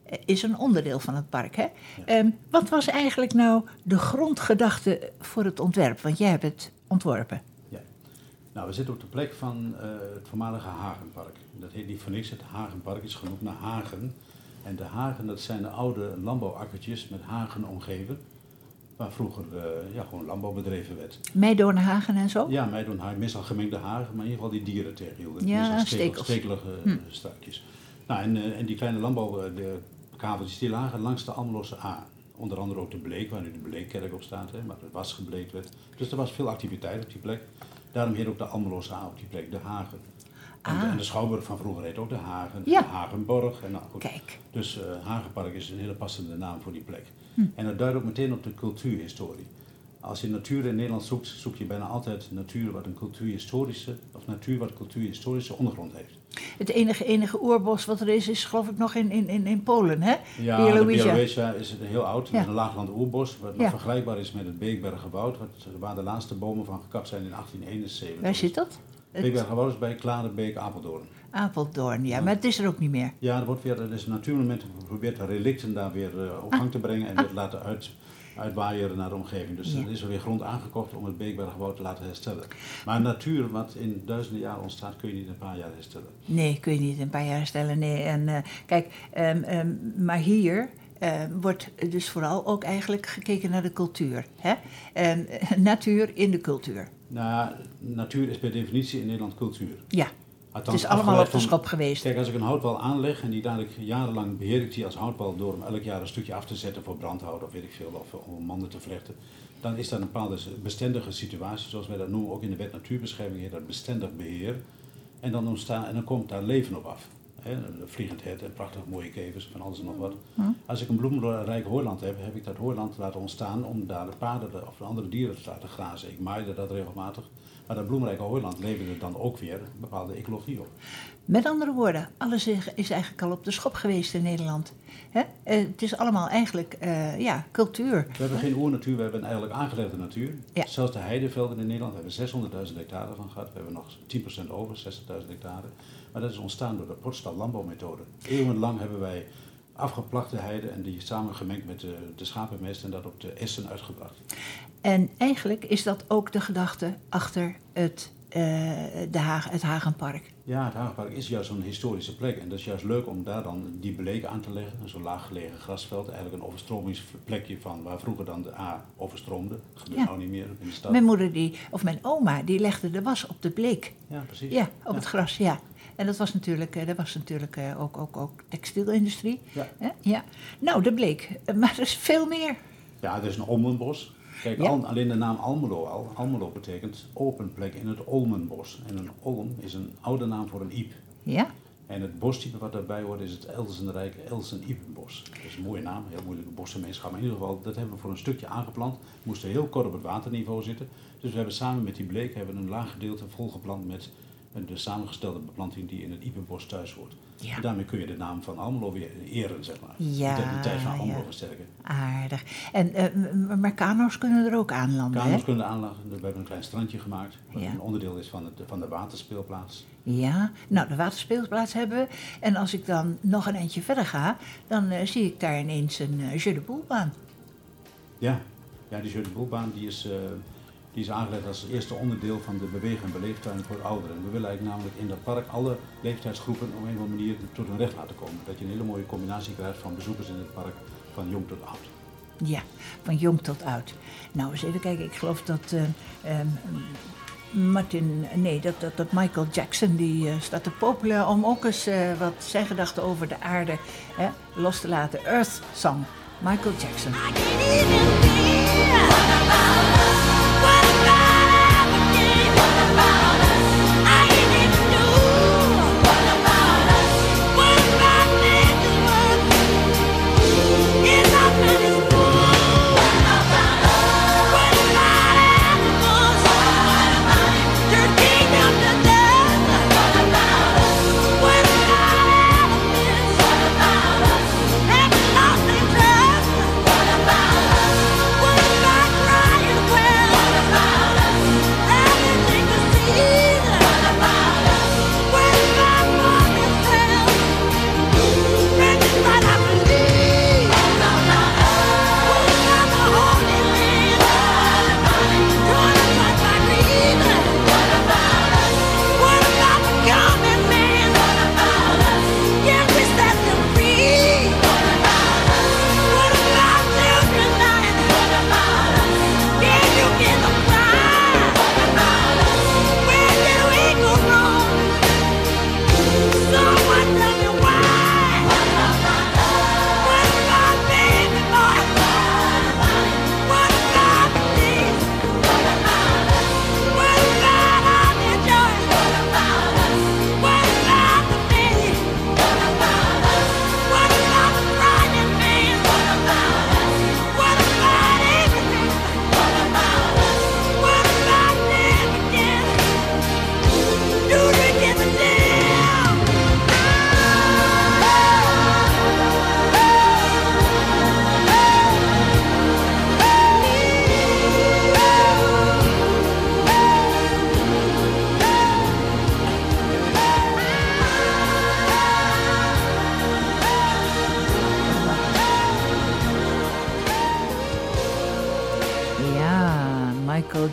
is een onderdeel van het park. Hè? Ja. Um, wat was eigenlijk nou de grondgedachte voor het ontwerp? Want jij hebt het ontworpen. Ja. Nou, we zitten op de plek van uh, het voormalige Hagenpark. Dat heet niet voor niks. Het Hagenpark is genoemd naar Hagen. En de Hagen, dat zijn de oude landbouwakkertjes met hagen omgeven. Waar vroeger uh, ja, gewoon landbouw bedreven werd. Meidoornhagen en zo? Ja, Meidoornhagen, meestal gemengde hagen, maar in ieder geval die dieren tegenhielden. Ja, dus stekels. Stekelige hm. struikjes. Nou, en, uh, en die kleine landbouwkaveltjes die lagen langs de Almeloze A. Onder andere ook de Bleek, waar nu de Bleekkerk op staat, hè, waar het was gebleekt werd. Dus er was veel activiteit op die plek. Daarom heet ook de Almeloze A op die plek, de Hagen. En, ah. de, en de Schouwburg van vroeger heet ook de Hagen, ja. de Hagenborg. En nou, goed. Kijk. Dus uh, Hagenpark is een hele passende naam voor die plek. Hm. En dat duidt ook meteen op de cultuurhistorie. Als je natuur in Nederland zoekt, zoek je bijna altijd natuur wat een cultuurhistorische, of natuur wat een cultuurhistorische ondergrond heeft. Het enige, enige oerbos wat er is, is geloof ik nog in, in, in Polen, hè? Ja, Białowieża. De Białowieża is heel oud, ja. Het is een laagland oerbos, wat nog ja. vergelijkbaar is met het Beekbergenwoud, waar de laatste bomen van gekapt zijn in achttien eenenzeventig. Waar zit dat? Beekbergenwoud is bij Klarenbeek, Apeldoorn. Apeldoorn, ja, maar het is er ook niet meer. Ja, er wordt weer, er is een natuurmoment geprobeerd de relicten daar weer uh, op gang ah. te brengen en ah. weer laten uit, uitwaaieren naar de omgeving. Dus ja. er is er weer grond aangekocht om het Beekbergenwoud te laten herstellen. Maar natuur wat in duizenden jaren ontstaat, kun je niet in een paar jaar herstellen. Nee, kun je niet in een paar jaar herstellen, nee. En uh, kijk, um, um, maar hier... Uh, wordt dus vooral ook eigenlijk gekeken naar de cultuur. Hè? Um, natuur in de cultuur. Nou, natuur is per definitie in Nederland cultuur. Ja, Althans, het is allemaal op de schop van, geweest. Kijk, als ik een houtwal aanleg en die dadelijk jarenlang beheer ik die als houtwal door hem elk jaar een stukje af te zetten voor brandhout of weet ik veel, of om manden te vlechten, dan is dat een bepaalde bestendige situatie, zoals wij dat noemen, ook in de wet natuurbescherming heet dat bestendig beheer. En dan, ontstaan, en dan komt daar leven op af. He, een vliegend hert en prachtig mooie kevers, van alles en nog wat. Hm. Als ik een bloemrijk hooiland heb, heb ik dat hooiland laten ontstaan om daar de paarden of de andere dieren te laten grazen. Ik maaide dat regelmatig. Maar dat bloemrijke hooiland leverde dan ook weer een bepaalde ecologie op. Met andere woorden, alles is eigenlijk al op de schop geweest in Nederland. Hè? Uh, het is allemaal eigenlijk uh, ja, cultuur. We hebben geen oernatuur, we hebben een eigenlijk aangelegde natuur. Ja. Zelfs de heidevelden in Nederland, we hebben zeshonderdduizend hectare van gehad. We hebben nog tien procent over, zestigduizend hectare. Maar dat is ontstaan door de Potsdam landbouwmethode. Eeuwenlang hebben wij afgeplakte heide en die samen gemengd met de, de schapenmest en dat op de essen uitgebracht. En eigenlijk is dat ook de gedachte achter het, uh, de Haag, het Hagenpark. Ja, het Hagenpark is juist zo'n historische plek. En dat is juist leuk om daar dan die Bleek aan te leggen. Zo'n laag gelegen grasveld. Eigenlijk een overstromingsplekje van waar vroeger dan de A overstroomde. Dat gebeurt ja. nou niet meer in de stad. Mijn moeder, die, of mijn oma, die legde de was op de Bleek. Ja, precies. Ja, op ja. het gras, ja. En dat was natuurlijk, dat was natuurlijk ook, ook, ook textielindustrie. Ja. ja. Nou, de Bleek. Maar er is veel meer. Ja, er is een olmenbos. Kijk, ja. al, alleen de naam Almelo al. Almelo betekent open plek in het olmenbos. En een olm is een oude naam voor een iep. Ja. En het bostype wat daarbij hoort is het Elsenrijke Elsen-iepenbos. Dat is een mooie naam, een heel moeilijke bosgemeenschap. Maar in ieder geval, dat hebben we voor een stukje aangeplant. We moesten heel kort op het waterniveau zitten. Dus we hebben samen met die Bleek hebben een laag gedeelte volgeplant met de samengestelde beplanting die in het iepenbos thuis hoort. Ja. En daarmee kun je de naam van Almelo weer eren, zeg maar. Ja, de identiteit van Almelo ja. versterken. Aardig. En, uh, maar kano's kunnen er ook aanlanden, Kano's hè? kunnen er aanlanden. We hebben een klein strandje gemaakt, wat ja. een onderdeel is van, het, van de waterspeelplaats. Ja, nou de waterspeelplaats hebben we. En als ik dan nog een eindje verder ga, dan uh, zie ik daar ineens een uh, Jeu de Boelbaan. Ja, ja, die Jeu de Boelbaan die is... Uh, Die is aangelegd als eerste onderdeel van de beweeg- en beleeftuin voor ouderen. We willen eigenlijk namelijk in dat park alle leeftijdsgroepen op een of andere manier tot hun recht laten komen. Dat je een hele mooie combinatie krijgt van bezoekers in het park van jong tot oud. Ja, van jong tot oud. Nou, eens even kijken. Ik geloof dat uh, um, Martin, nee, dat, dat, dat Michael Jackson, die uh, staat te popelen om ook eens uh, wat zijn gedachten over de aarde hè, los te laten. Earth Song, Michael Jackson. Well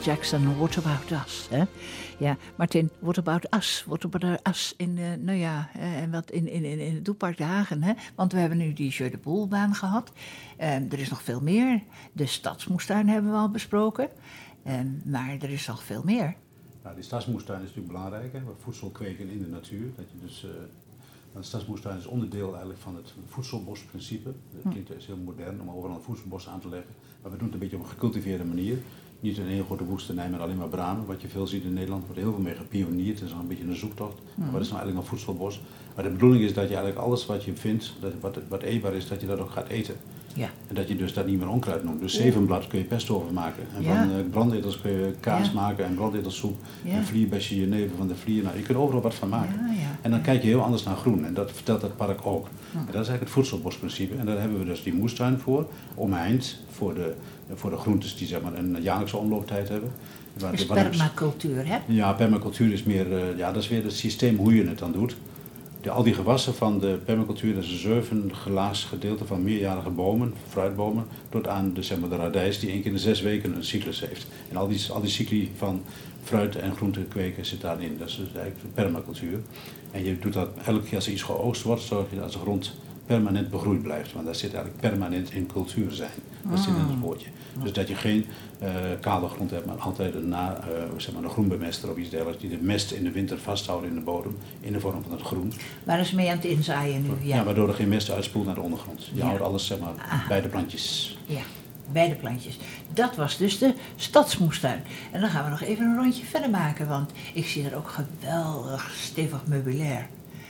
Jackson, What About Us? Hè? Ja, Martin, what about us? What about us in, uh, nou ja, uh, en wat in, in, in, in het Doelpark de Hagen, hè? Want we hebben nu die Jeu de Boelbaan gehad. Uh, er is nog veel meer. De Stadsmoestuin hebben we al besproken. Uh, maar er is nog veel meer. Nou, die stadsmoestuin is natuurlijk belangrijk, hè? Voedsel kweken in de natuur. Dat je dus, uh, de stadsmoestuin is onderdeel eigenlijk van het voedselbosprincipe. Dat klinkt is heel modern om overal een voedselbos aan te leggen. Maar we doen het een beetje op een gecultiveerde manier. Niet een heel grote woestenij met alleen maar bramen, wat je veel ziet in Nederland. Er wordt heel veel mee gepionierd, het is al een beetje een zoektocht. Mm. Wat is nou eigenlijk een voedselbos? Maar de bedoeling is dat je eigenlijk alles wat je vindt, dat, wat, wat eetbaar is, dat je dat ook gaat eten. Ja. En dat je dus dat niet meer onkruid noemt. Dus zevenblad kun je pesto over maken. En Ja. van uh, brandetels kun je kaas Ja. maken en brandetelssoep. Ja. En vlierbesje, jenever van de vlier. Nou, je kunt overal wat van maken. Ja, ja. En dan kijk je heel anders naar groen. En dat vertelt het park ook. Hm. En dat is eigenlijk het voedselbosprincipe. En daar hebben we dus die moestuin voor. Omheind voor de, voor de groentes die zeg maar een jaarlijkse omlooptijd hebben. Waar- Is waar de- permacultuur, hè? Ja, permacultuur is meer, uh, ja, dat is weer het systeem hoe je het dan doet. De, al die gewassen van de permacultuur, dat is een zeven gelaagd gedeelte van meerjarige bomen, fruitbomen, tot aan de, zeg maar, de radijs die één keer in de zes weken een cyclus heeft. En al die, al die cycli van fruit- en groente kweken zit daarin. Dat is dus eigenlijk permacultuur. En je doet dat elke keer als er iets geoogst wordt, zorg je dat de grond permanent begroeid blijft. Want daar zit eigenlijk permanent in cultuur zijn. Dat zit in het woordje. Dus dat je geen uh, kale grond hebt, maar altijd een, na, uh, zeg maar een groenbemester of iets dergelijks die de mest in de winter vasthoudt in de bodem in de vorm van het groen. Waar is mee aan het inzaaien nu? Ja, Ja, waardoor er geen mest uitspoelt naar de ondergrond. Je Ja. houdt alles zeg maar, Aha. bij de plantjes. ja. Bij de plantjes. Dat was dus de stadsmoestuin. En dan gaan we nog even een rondje verder maken, want ik zie er ook geweldig stevig meubilair.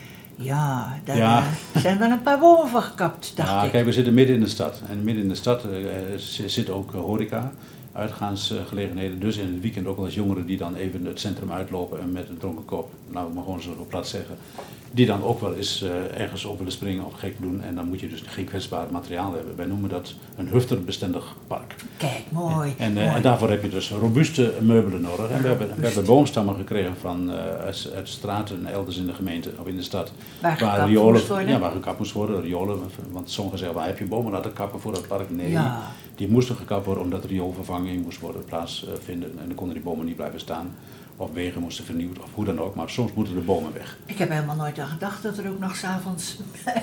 Ja, daar Ja. eh, zijn wel een paar bomen van gekapt, dacht Ja, ik. kijk, we zitten midden in de stad. En midden in de stad uh, zit ook uh, horeca, uitgaansgelegenheden. Dus in het weekend ook wel eens jongeren die dan even het centrum uitlopen en met een dronken kop, nou ik maar gewoon zo plat zeggen, die dan ook wel eens uh, ergens op willen springen of gek doen. En dan moet je dus geen kwetsbaar materiaal hebben. Wij noemen dat een hufterbestendig park. Kijk, mooi. En, uh, mooi. en daarvoor heb je dus robuuste meubelen nodig. En we hebben, we hebben boomstammen gekregen van, uh, uit, uit straten elders in de gemeente of in de stad. Waar gekapt riolen, moest worden? Ja, waar gekapt moest worden, riolen. Want sommigen zeggen, waar heb je bomen laten kappen voor dat park? Nee, Ja. die moesten gekapt worden omdat rioolvervanging moest worden plaatsvinden. En dan konden die bomen niet blijven staan. Of wegen moesten vernieuwd, of hoe dan ook. Maar soms moeten de bomen weg. Ik heb helemaal nooit aan gedacht dat er ook nog 's avonds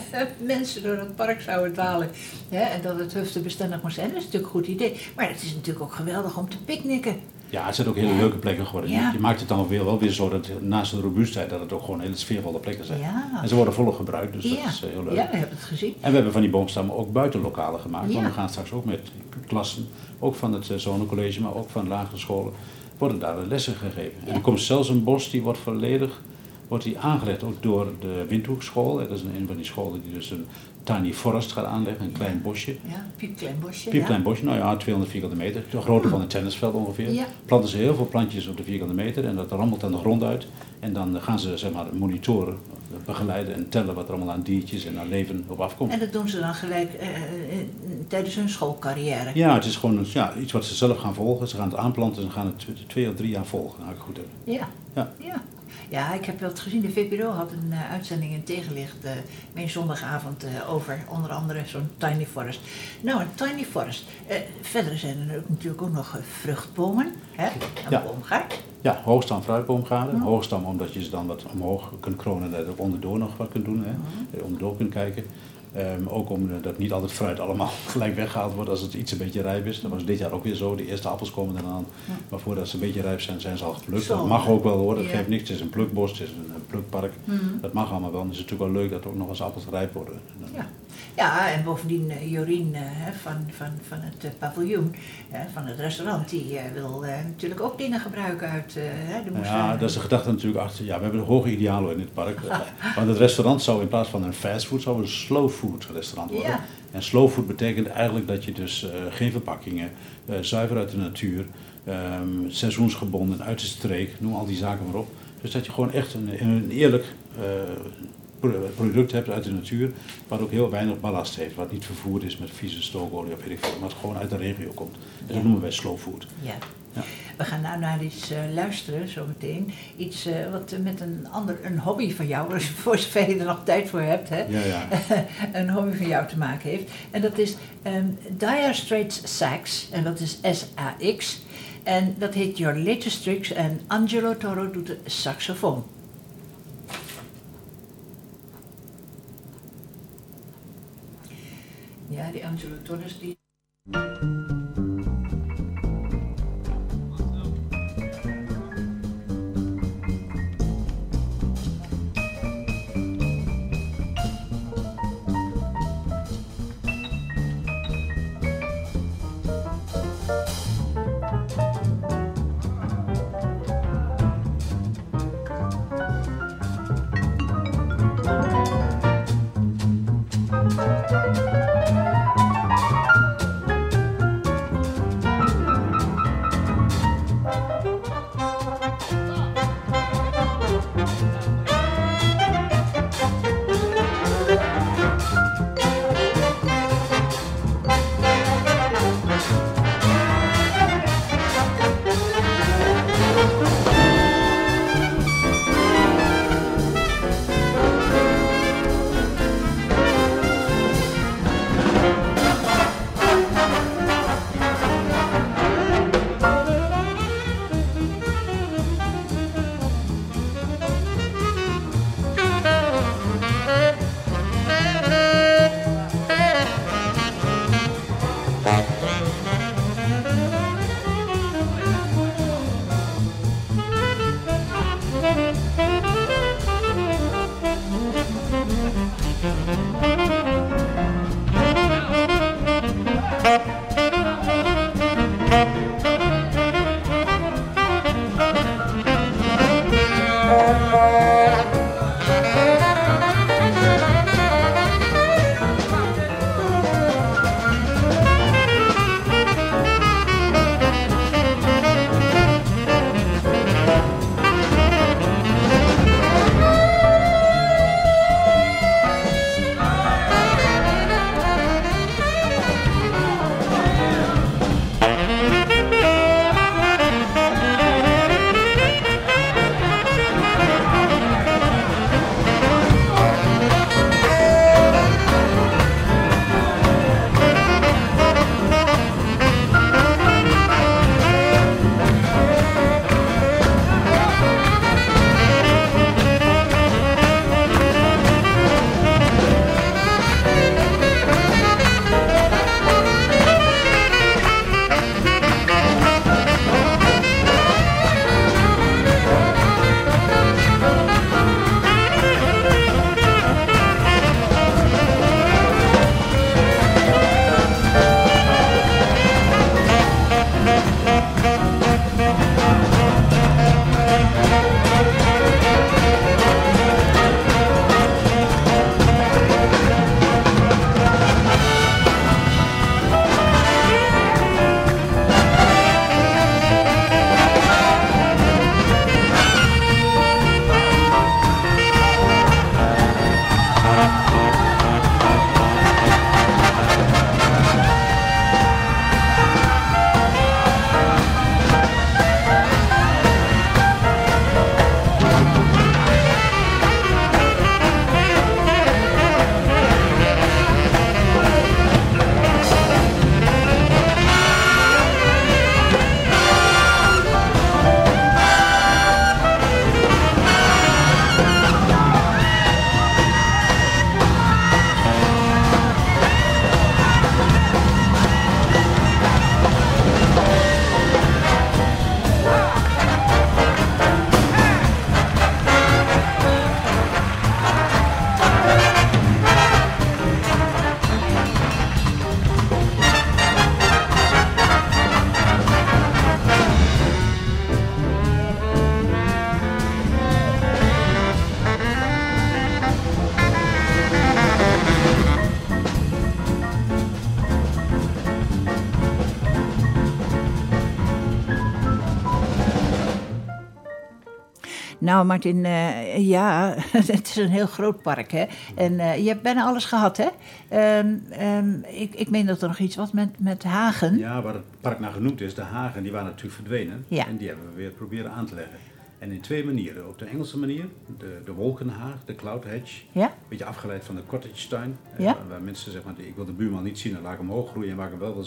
mensen door het park zouden dwalen. Ja, en dat het huftebestendig moest zijn. Dat is natuurlijk een goed idee. Maar het is natuurlijk ook geweldig om te picknicken. Ja, het zijn ook hele leuke plekken geworden. Ja. Je, je maakt het dan weer wel weer zo dat naast de robuustheid dat het ook gewoon hele sfeervolle plekken zijn. Ja. En ze worden volop gebruikt, dus ja. dat is uh, heel leuk. Ja, we hebben het gezien. En we hebben van die boomstammen ook buitenlokalen gemaakt. Ja. Want we gaan straks ook met klassen, ook van het uh, zonecollege, maar ook van lagere scholen, worden daar lessen gegeven. En er komt zelfs een bos, die wordt volledig wordt die aangelegd, ook door de Windhoekschool. Dat is een van die scholen die dus een tiny forest gaat aanleggen, een klein bosje. Ja, piepklein bosje. Piepklein bosje, nou ja, tweehonderd vierkante meter. De grootte van een tennisveld ongeveer. Ja. Planten ze heel veel plantjes op de vierkante meter en dat rammelt aan de grond uit. En dan gaan ze zeg maar monitoren, begeleiden en tellen wat er allemaal aan diertjes en aan leven op afkomt. En dat doen ze dan gelijk eh, eh, tijdens hun schoolcarrière. Ja, het is gewoon een, ja, iets wat ze zelf gaan volgen. Ze gaan het aanplanten en ze gaan het tw- twee of drie jaar volgen. Nou, ik goed hebben. Ja. Ja. Ja. Ja, ik heb wel eens gezien. De V P R O had een uh, uitzending in Tegenlicht uh, mijn zondagavond uh, over onder andere zo'n tiny forest. Nou, een tiny forest. Uh, verder zijn er ook natuurlijk ook nog uh, vruchtbomen. Hè? Een Ja. boomgaard. Ja, hoogstam fruitboomgaarden. Ja. Hoogstam omdat je ze dan wat omhoog kunt kronen en dat je ook onderdoor nog wat kunt doen. Hè. Dat je onderdoor kunt kijken. Um, ook omdat niet al het fruit allemaal gelijk weggehaald wordt als het iets een beetje rijp is. Dat was dit jaar ook weer zo. De eerste appels komen er dan aan. Ja. Maar voordat ze een beetje rijp zijn, zijn ze al geplukt. Zo. Dat mag ook wel hoor, dat Ja. geeft niks. Het is een plukbos, het is een, een plukpark. Mhm. Dat mag allemaal wel. En het is natuurlijk wel leuk dat er ook nog eens appels rijp worden. En dan- Ja. Ja, en bovendien uh, Jorien uh, van, van, van het uh, paviljoen, uh, van het restaurant, die uh, wil uh, natuurlijk ook dingen gebruiken uit uh, de moestuin. Ja, dat is de gedachte natuurlijk achter. Ja, we hebben hoge idealen in dit park. Want het restaurant zou in plaats van een fastfood, zou een slow food restaurant worden. Ja. En slow food betekent eigenlijk dat je dus uh, geen verpakkingen, uh, zuiver uit de natuur, um, seizoensgebonden, uit de streek, noem al die zaken maar op. Dus dat je gewoon echt een, een eerlijk uh, product hebt uit de natuur, wat ook heel weinig ballast heeft, wat niet vervoerd is met vieze stookolie of weet ik veel, maar het gewoon uit de regio komt. En dat Ja. noemen wij slow food. Ja. Ja. We gaan nou naar iets uh, luisteren, zometeen. Iets uh, wat uh, met een ander, een hobby van jou, dus voor zover je er nog tijd voor hebt, hè, Ja, ja. een hobby van jou te maken heeft. En dat is um, Dire Straits Sax, en dat is S A X. En dat heet Your Latest Tricks en Angelo Toro doet de saxofoon. Ja, die Angelo Toro is die... Nou, Martin, uh, ja, het is een heel groot park, hè. En uh, je hebt bijna alles gehad, hè. Um, um, ik, ik meen dat er nog iets was met, met Hagen. Ja, waar het park naar genoemd is, de Hagen, die waren natuurlijk verdwenen. Ja. En die hebben we weer proberen aan te leggen. En in twee manieren. Op de Engelse manier, de, de wolkenhaag, de cloud hedge. Ja. Een beetje afgeleid van de cottage tuin. Ja. Waar, waar mensen zeggen, ik wil de buurman niet zien, dan laat ik hem hoog groeien. En waar ik hem wel wil zien,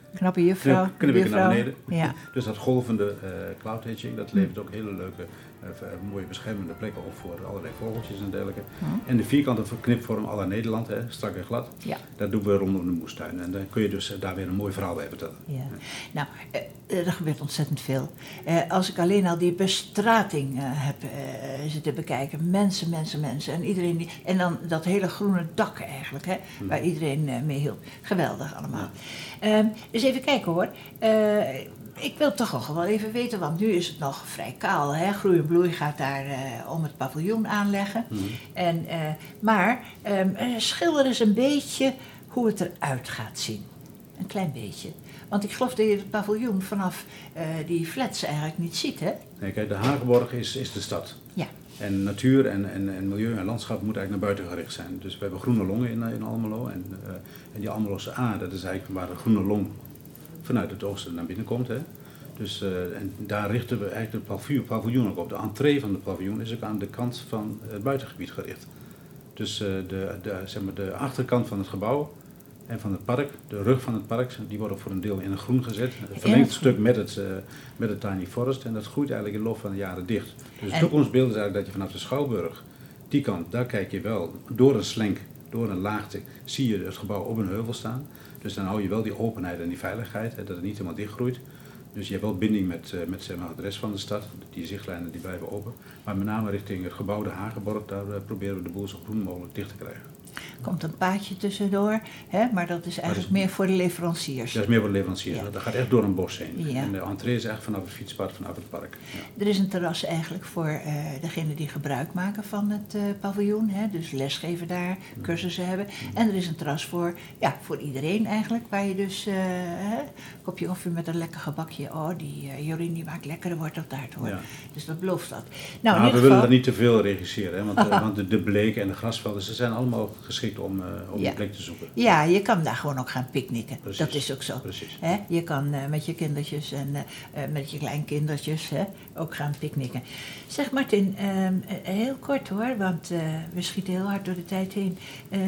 Knappe juffrouw. knip, knip ik het naar buurvrouw. beneden. Ja. Dus dat golvende uh, cloud hitching, dat levert ook hele leuke, uh, mooie beschermende plekken op voor allerlei vogeltjes en dergelijke. Mm. En de vierkante knipvorm à la Nederland, hè, strak en glad, ja. dat doen we rondom de moestuin. En dan kun je dus uh, daar weer een mooi verhaal bij vertellen. Ja. Ja. Nou, uh, er gebeurt ontzettend veel. Uh, als ik alleen al die bestrating uh, heb uh, zitten bekijken, mensen, mensen, mensen. En, iedereen die, en dan dat hele groene dak eigenlijk, hè, mm. waar iedereen uh, mee hielp. Geweldig allemaal. Ja. Uh, dus even kijken hoor. Uh, ik wil toch nog wel even weten, want nu is het nog vrij kaal. Hè? Groei en Bloei gaat daar uh, om het paviljoen aanleggen. Mm-hmm. En, uh, maar um, schilder eens een beetje hoe het eruit gaat zien. Een klein beetje. Want ik geloof dat je het paviljoen vanaf uh, die flats eigenlijk niet ziet, hè? Nee, kijk, de Hagenborg is, is de stad. Ja. En natuur en, en, en milieu en landschap moet eigenlijk naar buiten gericht zijn. Dus we hebben groene longen in, in Almelo. En, uh, en die Almeloze A, dat is eigenlijk waar de groene long vanuit het oosten naar binnen komt. Hè. Dus uh, en daar richten we eigenlijk het paviljoen ook op. De entree van het paviljoen is ook aan de kant van het buitengebied gericht. Dus uh, de, de, zeg maar de achterkant van het gebouw en van het park, de rug van het park, die wordt ook voor een deel in het groen gezet. Een verlengd stuk met het, uh, met het Tiny Forest en dat groeit eigenlijk in de loop van de jaren dicht. Dus het toekomstbeeld is eigenlijk dat je vanaf de Schouwburg, die kant, daar kijk je wel door een slenk, door een laagte, zie je het gebouw op een heuvel staan. Dus dan hou je wel die openheid en die veiligheid, hè, dat het niet helemaal dichtgroeit. Dus je hebt wel binding met, uh, met zeg maar, de rest van de stad, die zichtlijnen die blijven open. Maar met name richting het gebouw de Hagenborg, daar uh, proberen we de boel zo groen mogelijk dicht te krijgen. Er komt een paadje tussendoor, hè, maar dat is eigenlijk dat is, meer voor de leveranciers. Dat is meer voor de leveranciers, ja. Dat gaat echt door een bos heen. Ja. En de entree is echt vanaf het fietspad, vanaf het park. Ja. Er is een terras eigenlijk voor uh, degenen die gebruik maken van het uh, paviljoen, hè, dus lesgeven daar, cursussen mm. hebben. Mm. En er is een terras voor, ja, voor iedereen eigenlijk, waar je dus uh, hè, een kopje koffie met een lekker gebakje, oh die uh, Jorien die maakt lekkere worteltaart hoor. Ja. Dus dat belooft dat. Nou, nou we geval... willen dat niet te veel regisseren, hè, want, uh, want de, de bleken en de grasvelden, ze zijn allemaal geschikt om, uh, om ja. een plek te zoeken. Ja, je kan daar gewoon ook gaan picknicken. Precies. Dat is ook zo. Hè? Je kan uh, met je kindertjes en uh, uh, met je kleinkindertjes hè, ook gaan picknicken. Zeg Martin, uh, uh, heel kort hoor, want uh, we schieten heel hard door de tijd heen. Uh,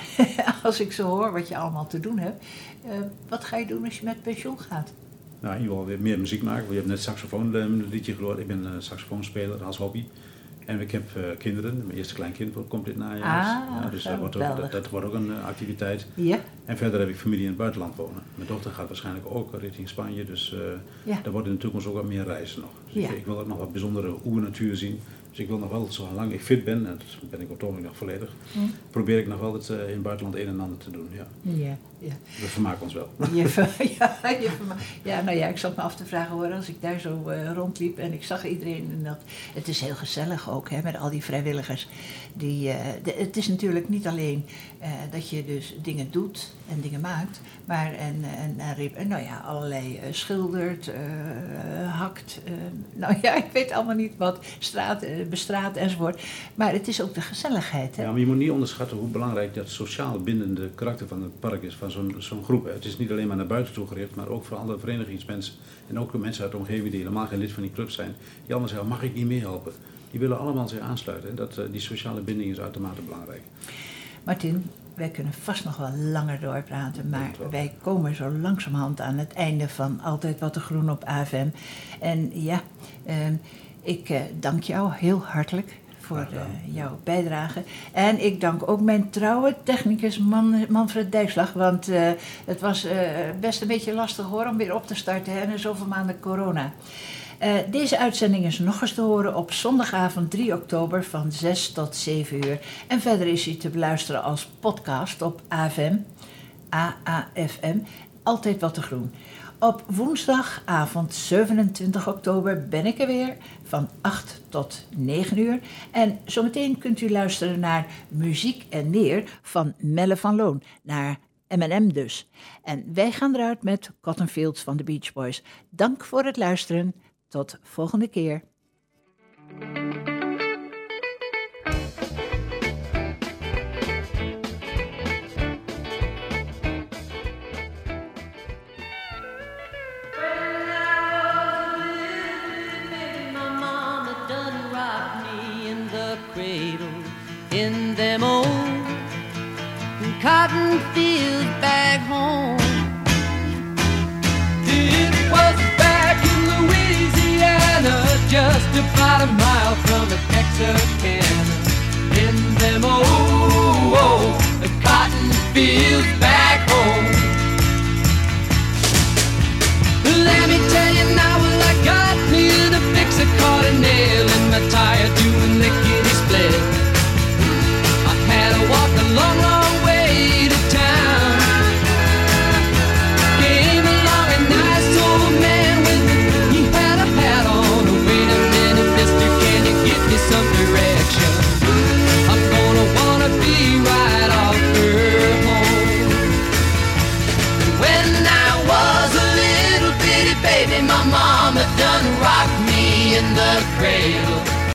als ik zo hoor wat je allemaal te doen hebt, uh, wat ga je doen als je met pensioen gaat? Nou, in ieder geval weer meer muziek maken. Je hebt net saxofoon een liedje gehoord. Ik ben uh, saxofoonspeler als hobby. En ik heb uh, kinderen, mijn eerste kleinkind komt dit najaar. Ah, ja, dus dat wordt, ook, dat, dat wordt ook een uh, activiteit. Ja. En verder heb ik familie in het buitenland wonen. Mijn dochter gaat waarschijnlijk ook richting Spanje, dus uh, ja. daar worden in de toekomst ook wat meer reizen nog. Dus ja. ik, ik wil ook nog wat bijzondere oernatuur zien. Dus ik wil nog wel, zolang ik fit ben, en dat ben ik op het ogenblik nog volledig, mm. probeer ik nog wel het uh, in het buitenland een en ander te doen. Ja. Ja, ja. We vermaken ons wel. Je ver, ja, je verma- ja, nou ja, ik zat me af te vragen hoor, als ik daar zo uh, rondliep en ik zag iedereen. En dat, het is heel gezellig ook, hè, met al die vrijwilligers. Die, uh, de, het is natuurlijk niet alleen uh, dat je dus dingen doet en dingen maakt, maar en, en, en, en nou ja, allerlei uh, schildert, uh, hakt, uh, nou ja, ik weet allemaal niet wat, straat, uh, bestraat enzovoort. Maar het is ook de gezelligheid. Hè? Ja, maar je moet niet onderschatten hoe belangrijk dat sociaal bindende karakter van het park is, van zo'n, zo'n groep. Hè. Het is niet alleen maar naar buiten toe gericht, maar ook voor andere verenigingsmensen. En ook mensen uit de omgeving die helemaal geen lid van die club zijn, die allemaal zeggen, mag ik niet meehelpen? Die willen allemaal zich aansluiten. En dat, uh, die sociale binding is uitermate belangrijk. Martin, wij kunnen vast nog wel langer doorpraten, maar wij komen zo langzamerhand aan het einde van Altijd Wat te Groen op A F M. En ja, uh, ik uh, dank jou heel hartelijk voor uh, jouw bijdrage. En ik dank ook mijn trouwe technicus Man, Manfred Dijkslag, want uh, het was uh, best een beetje lastig hoor om weer op te starten hè, en zoveel maanden corona. Uh, deze uitzending is nog eens te horen op zondagavond drie oktober van zes tot zeven uur. En verder is hij te beluisteren als podcast op A F M, A A F M, Altijd Wat te Groen. Op woensdagavond zevenentwintig oktober ben ik er weer van acht tot negen uur. En zometeen kunt u luisteren naar Muziek en Neer van Melle van Loon, naar M en M dus. En wij gaan eruit met Cotton Fields van de Beach Boys. Dank voor het luisteren. Tot volgende keer. In them old cotton fields back home, just about a mile from the Texarkana. In them old, old cotton fields back home. Let me tell you now, well, I got here to fix a caught a nail in my tire doing lickety split. I had to walk a long, long way to town. Came along a nice old man with me, he had a hat on. Wait a minute, mister, can you give me some direction? I'm gonna wanna be right off her home. When I was a little bitty baby, my mama done rocked me in the cradle.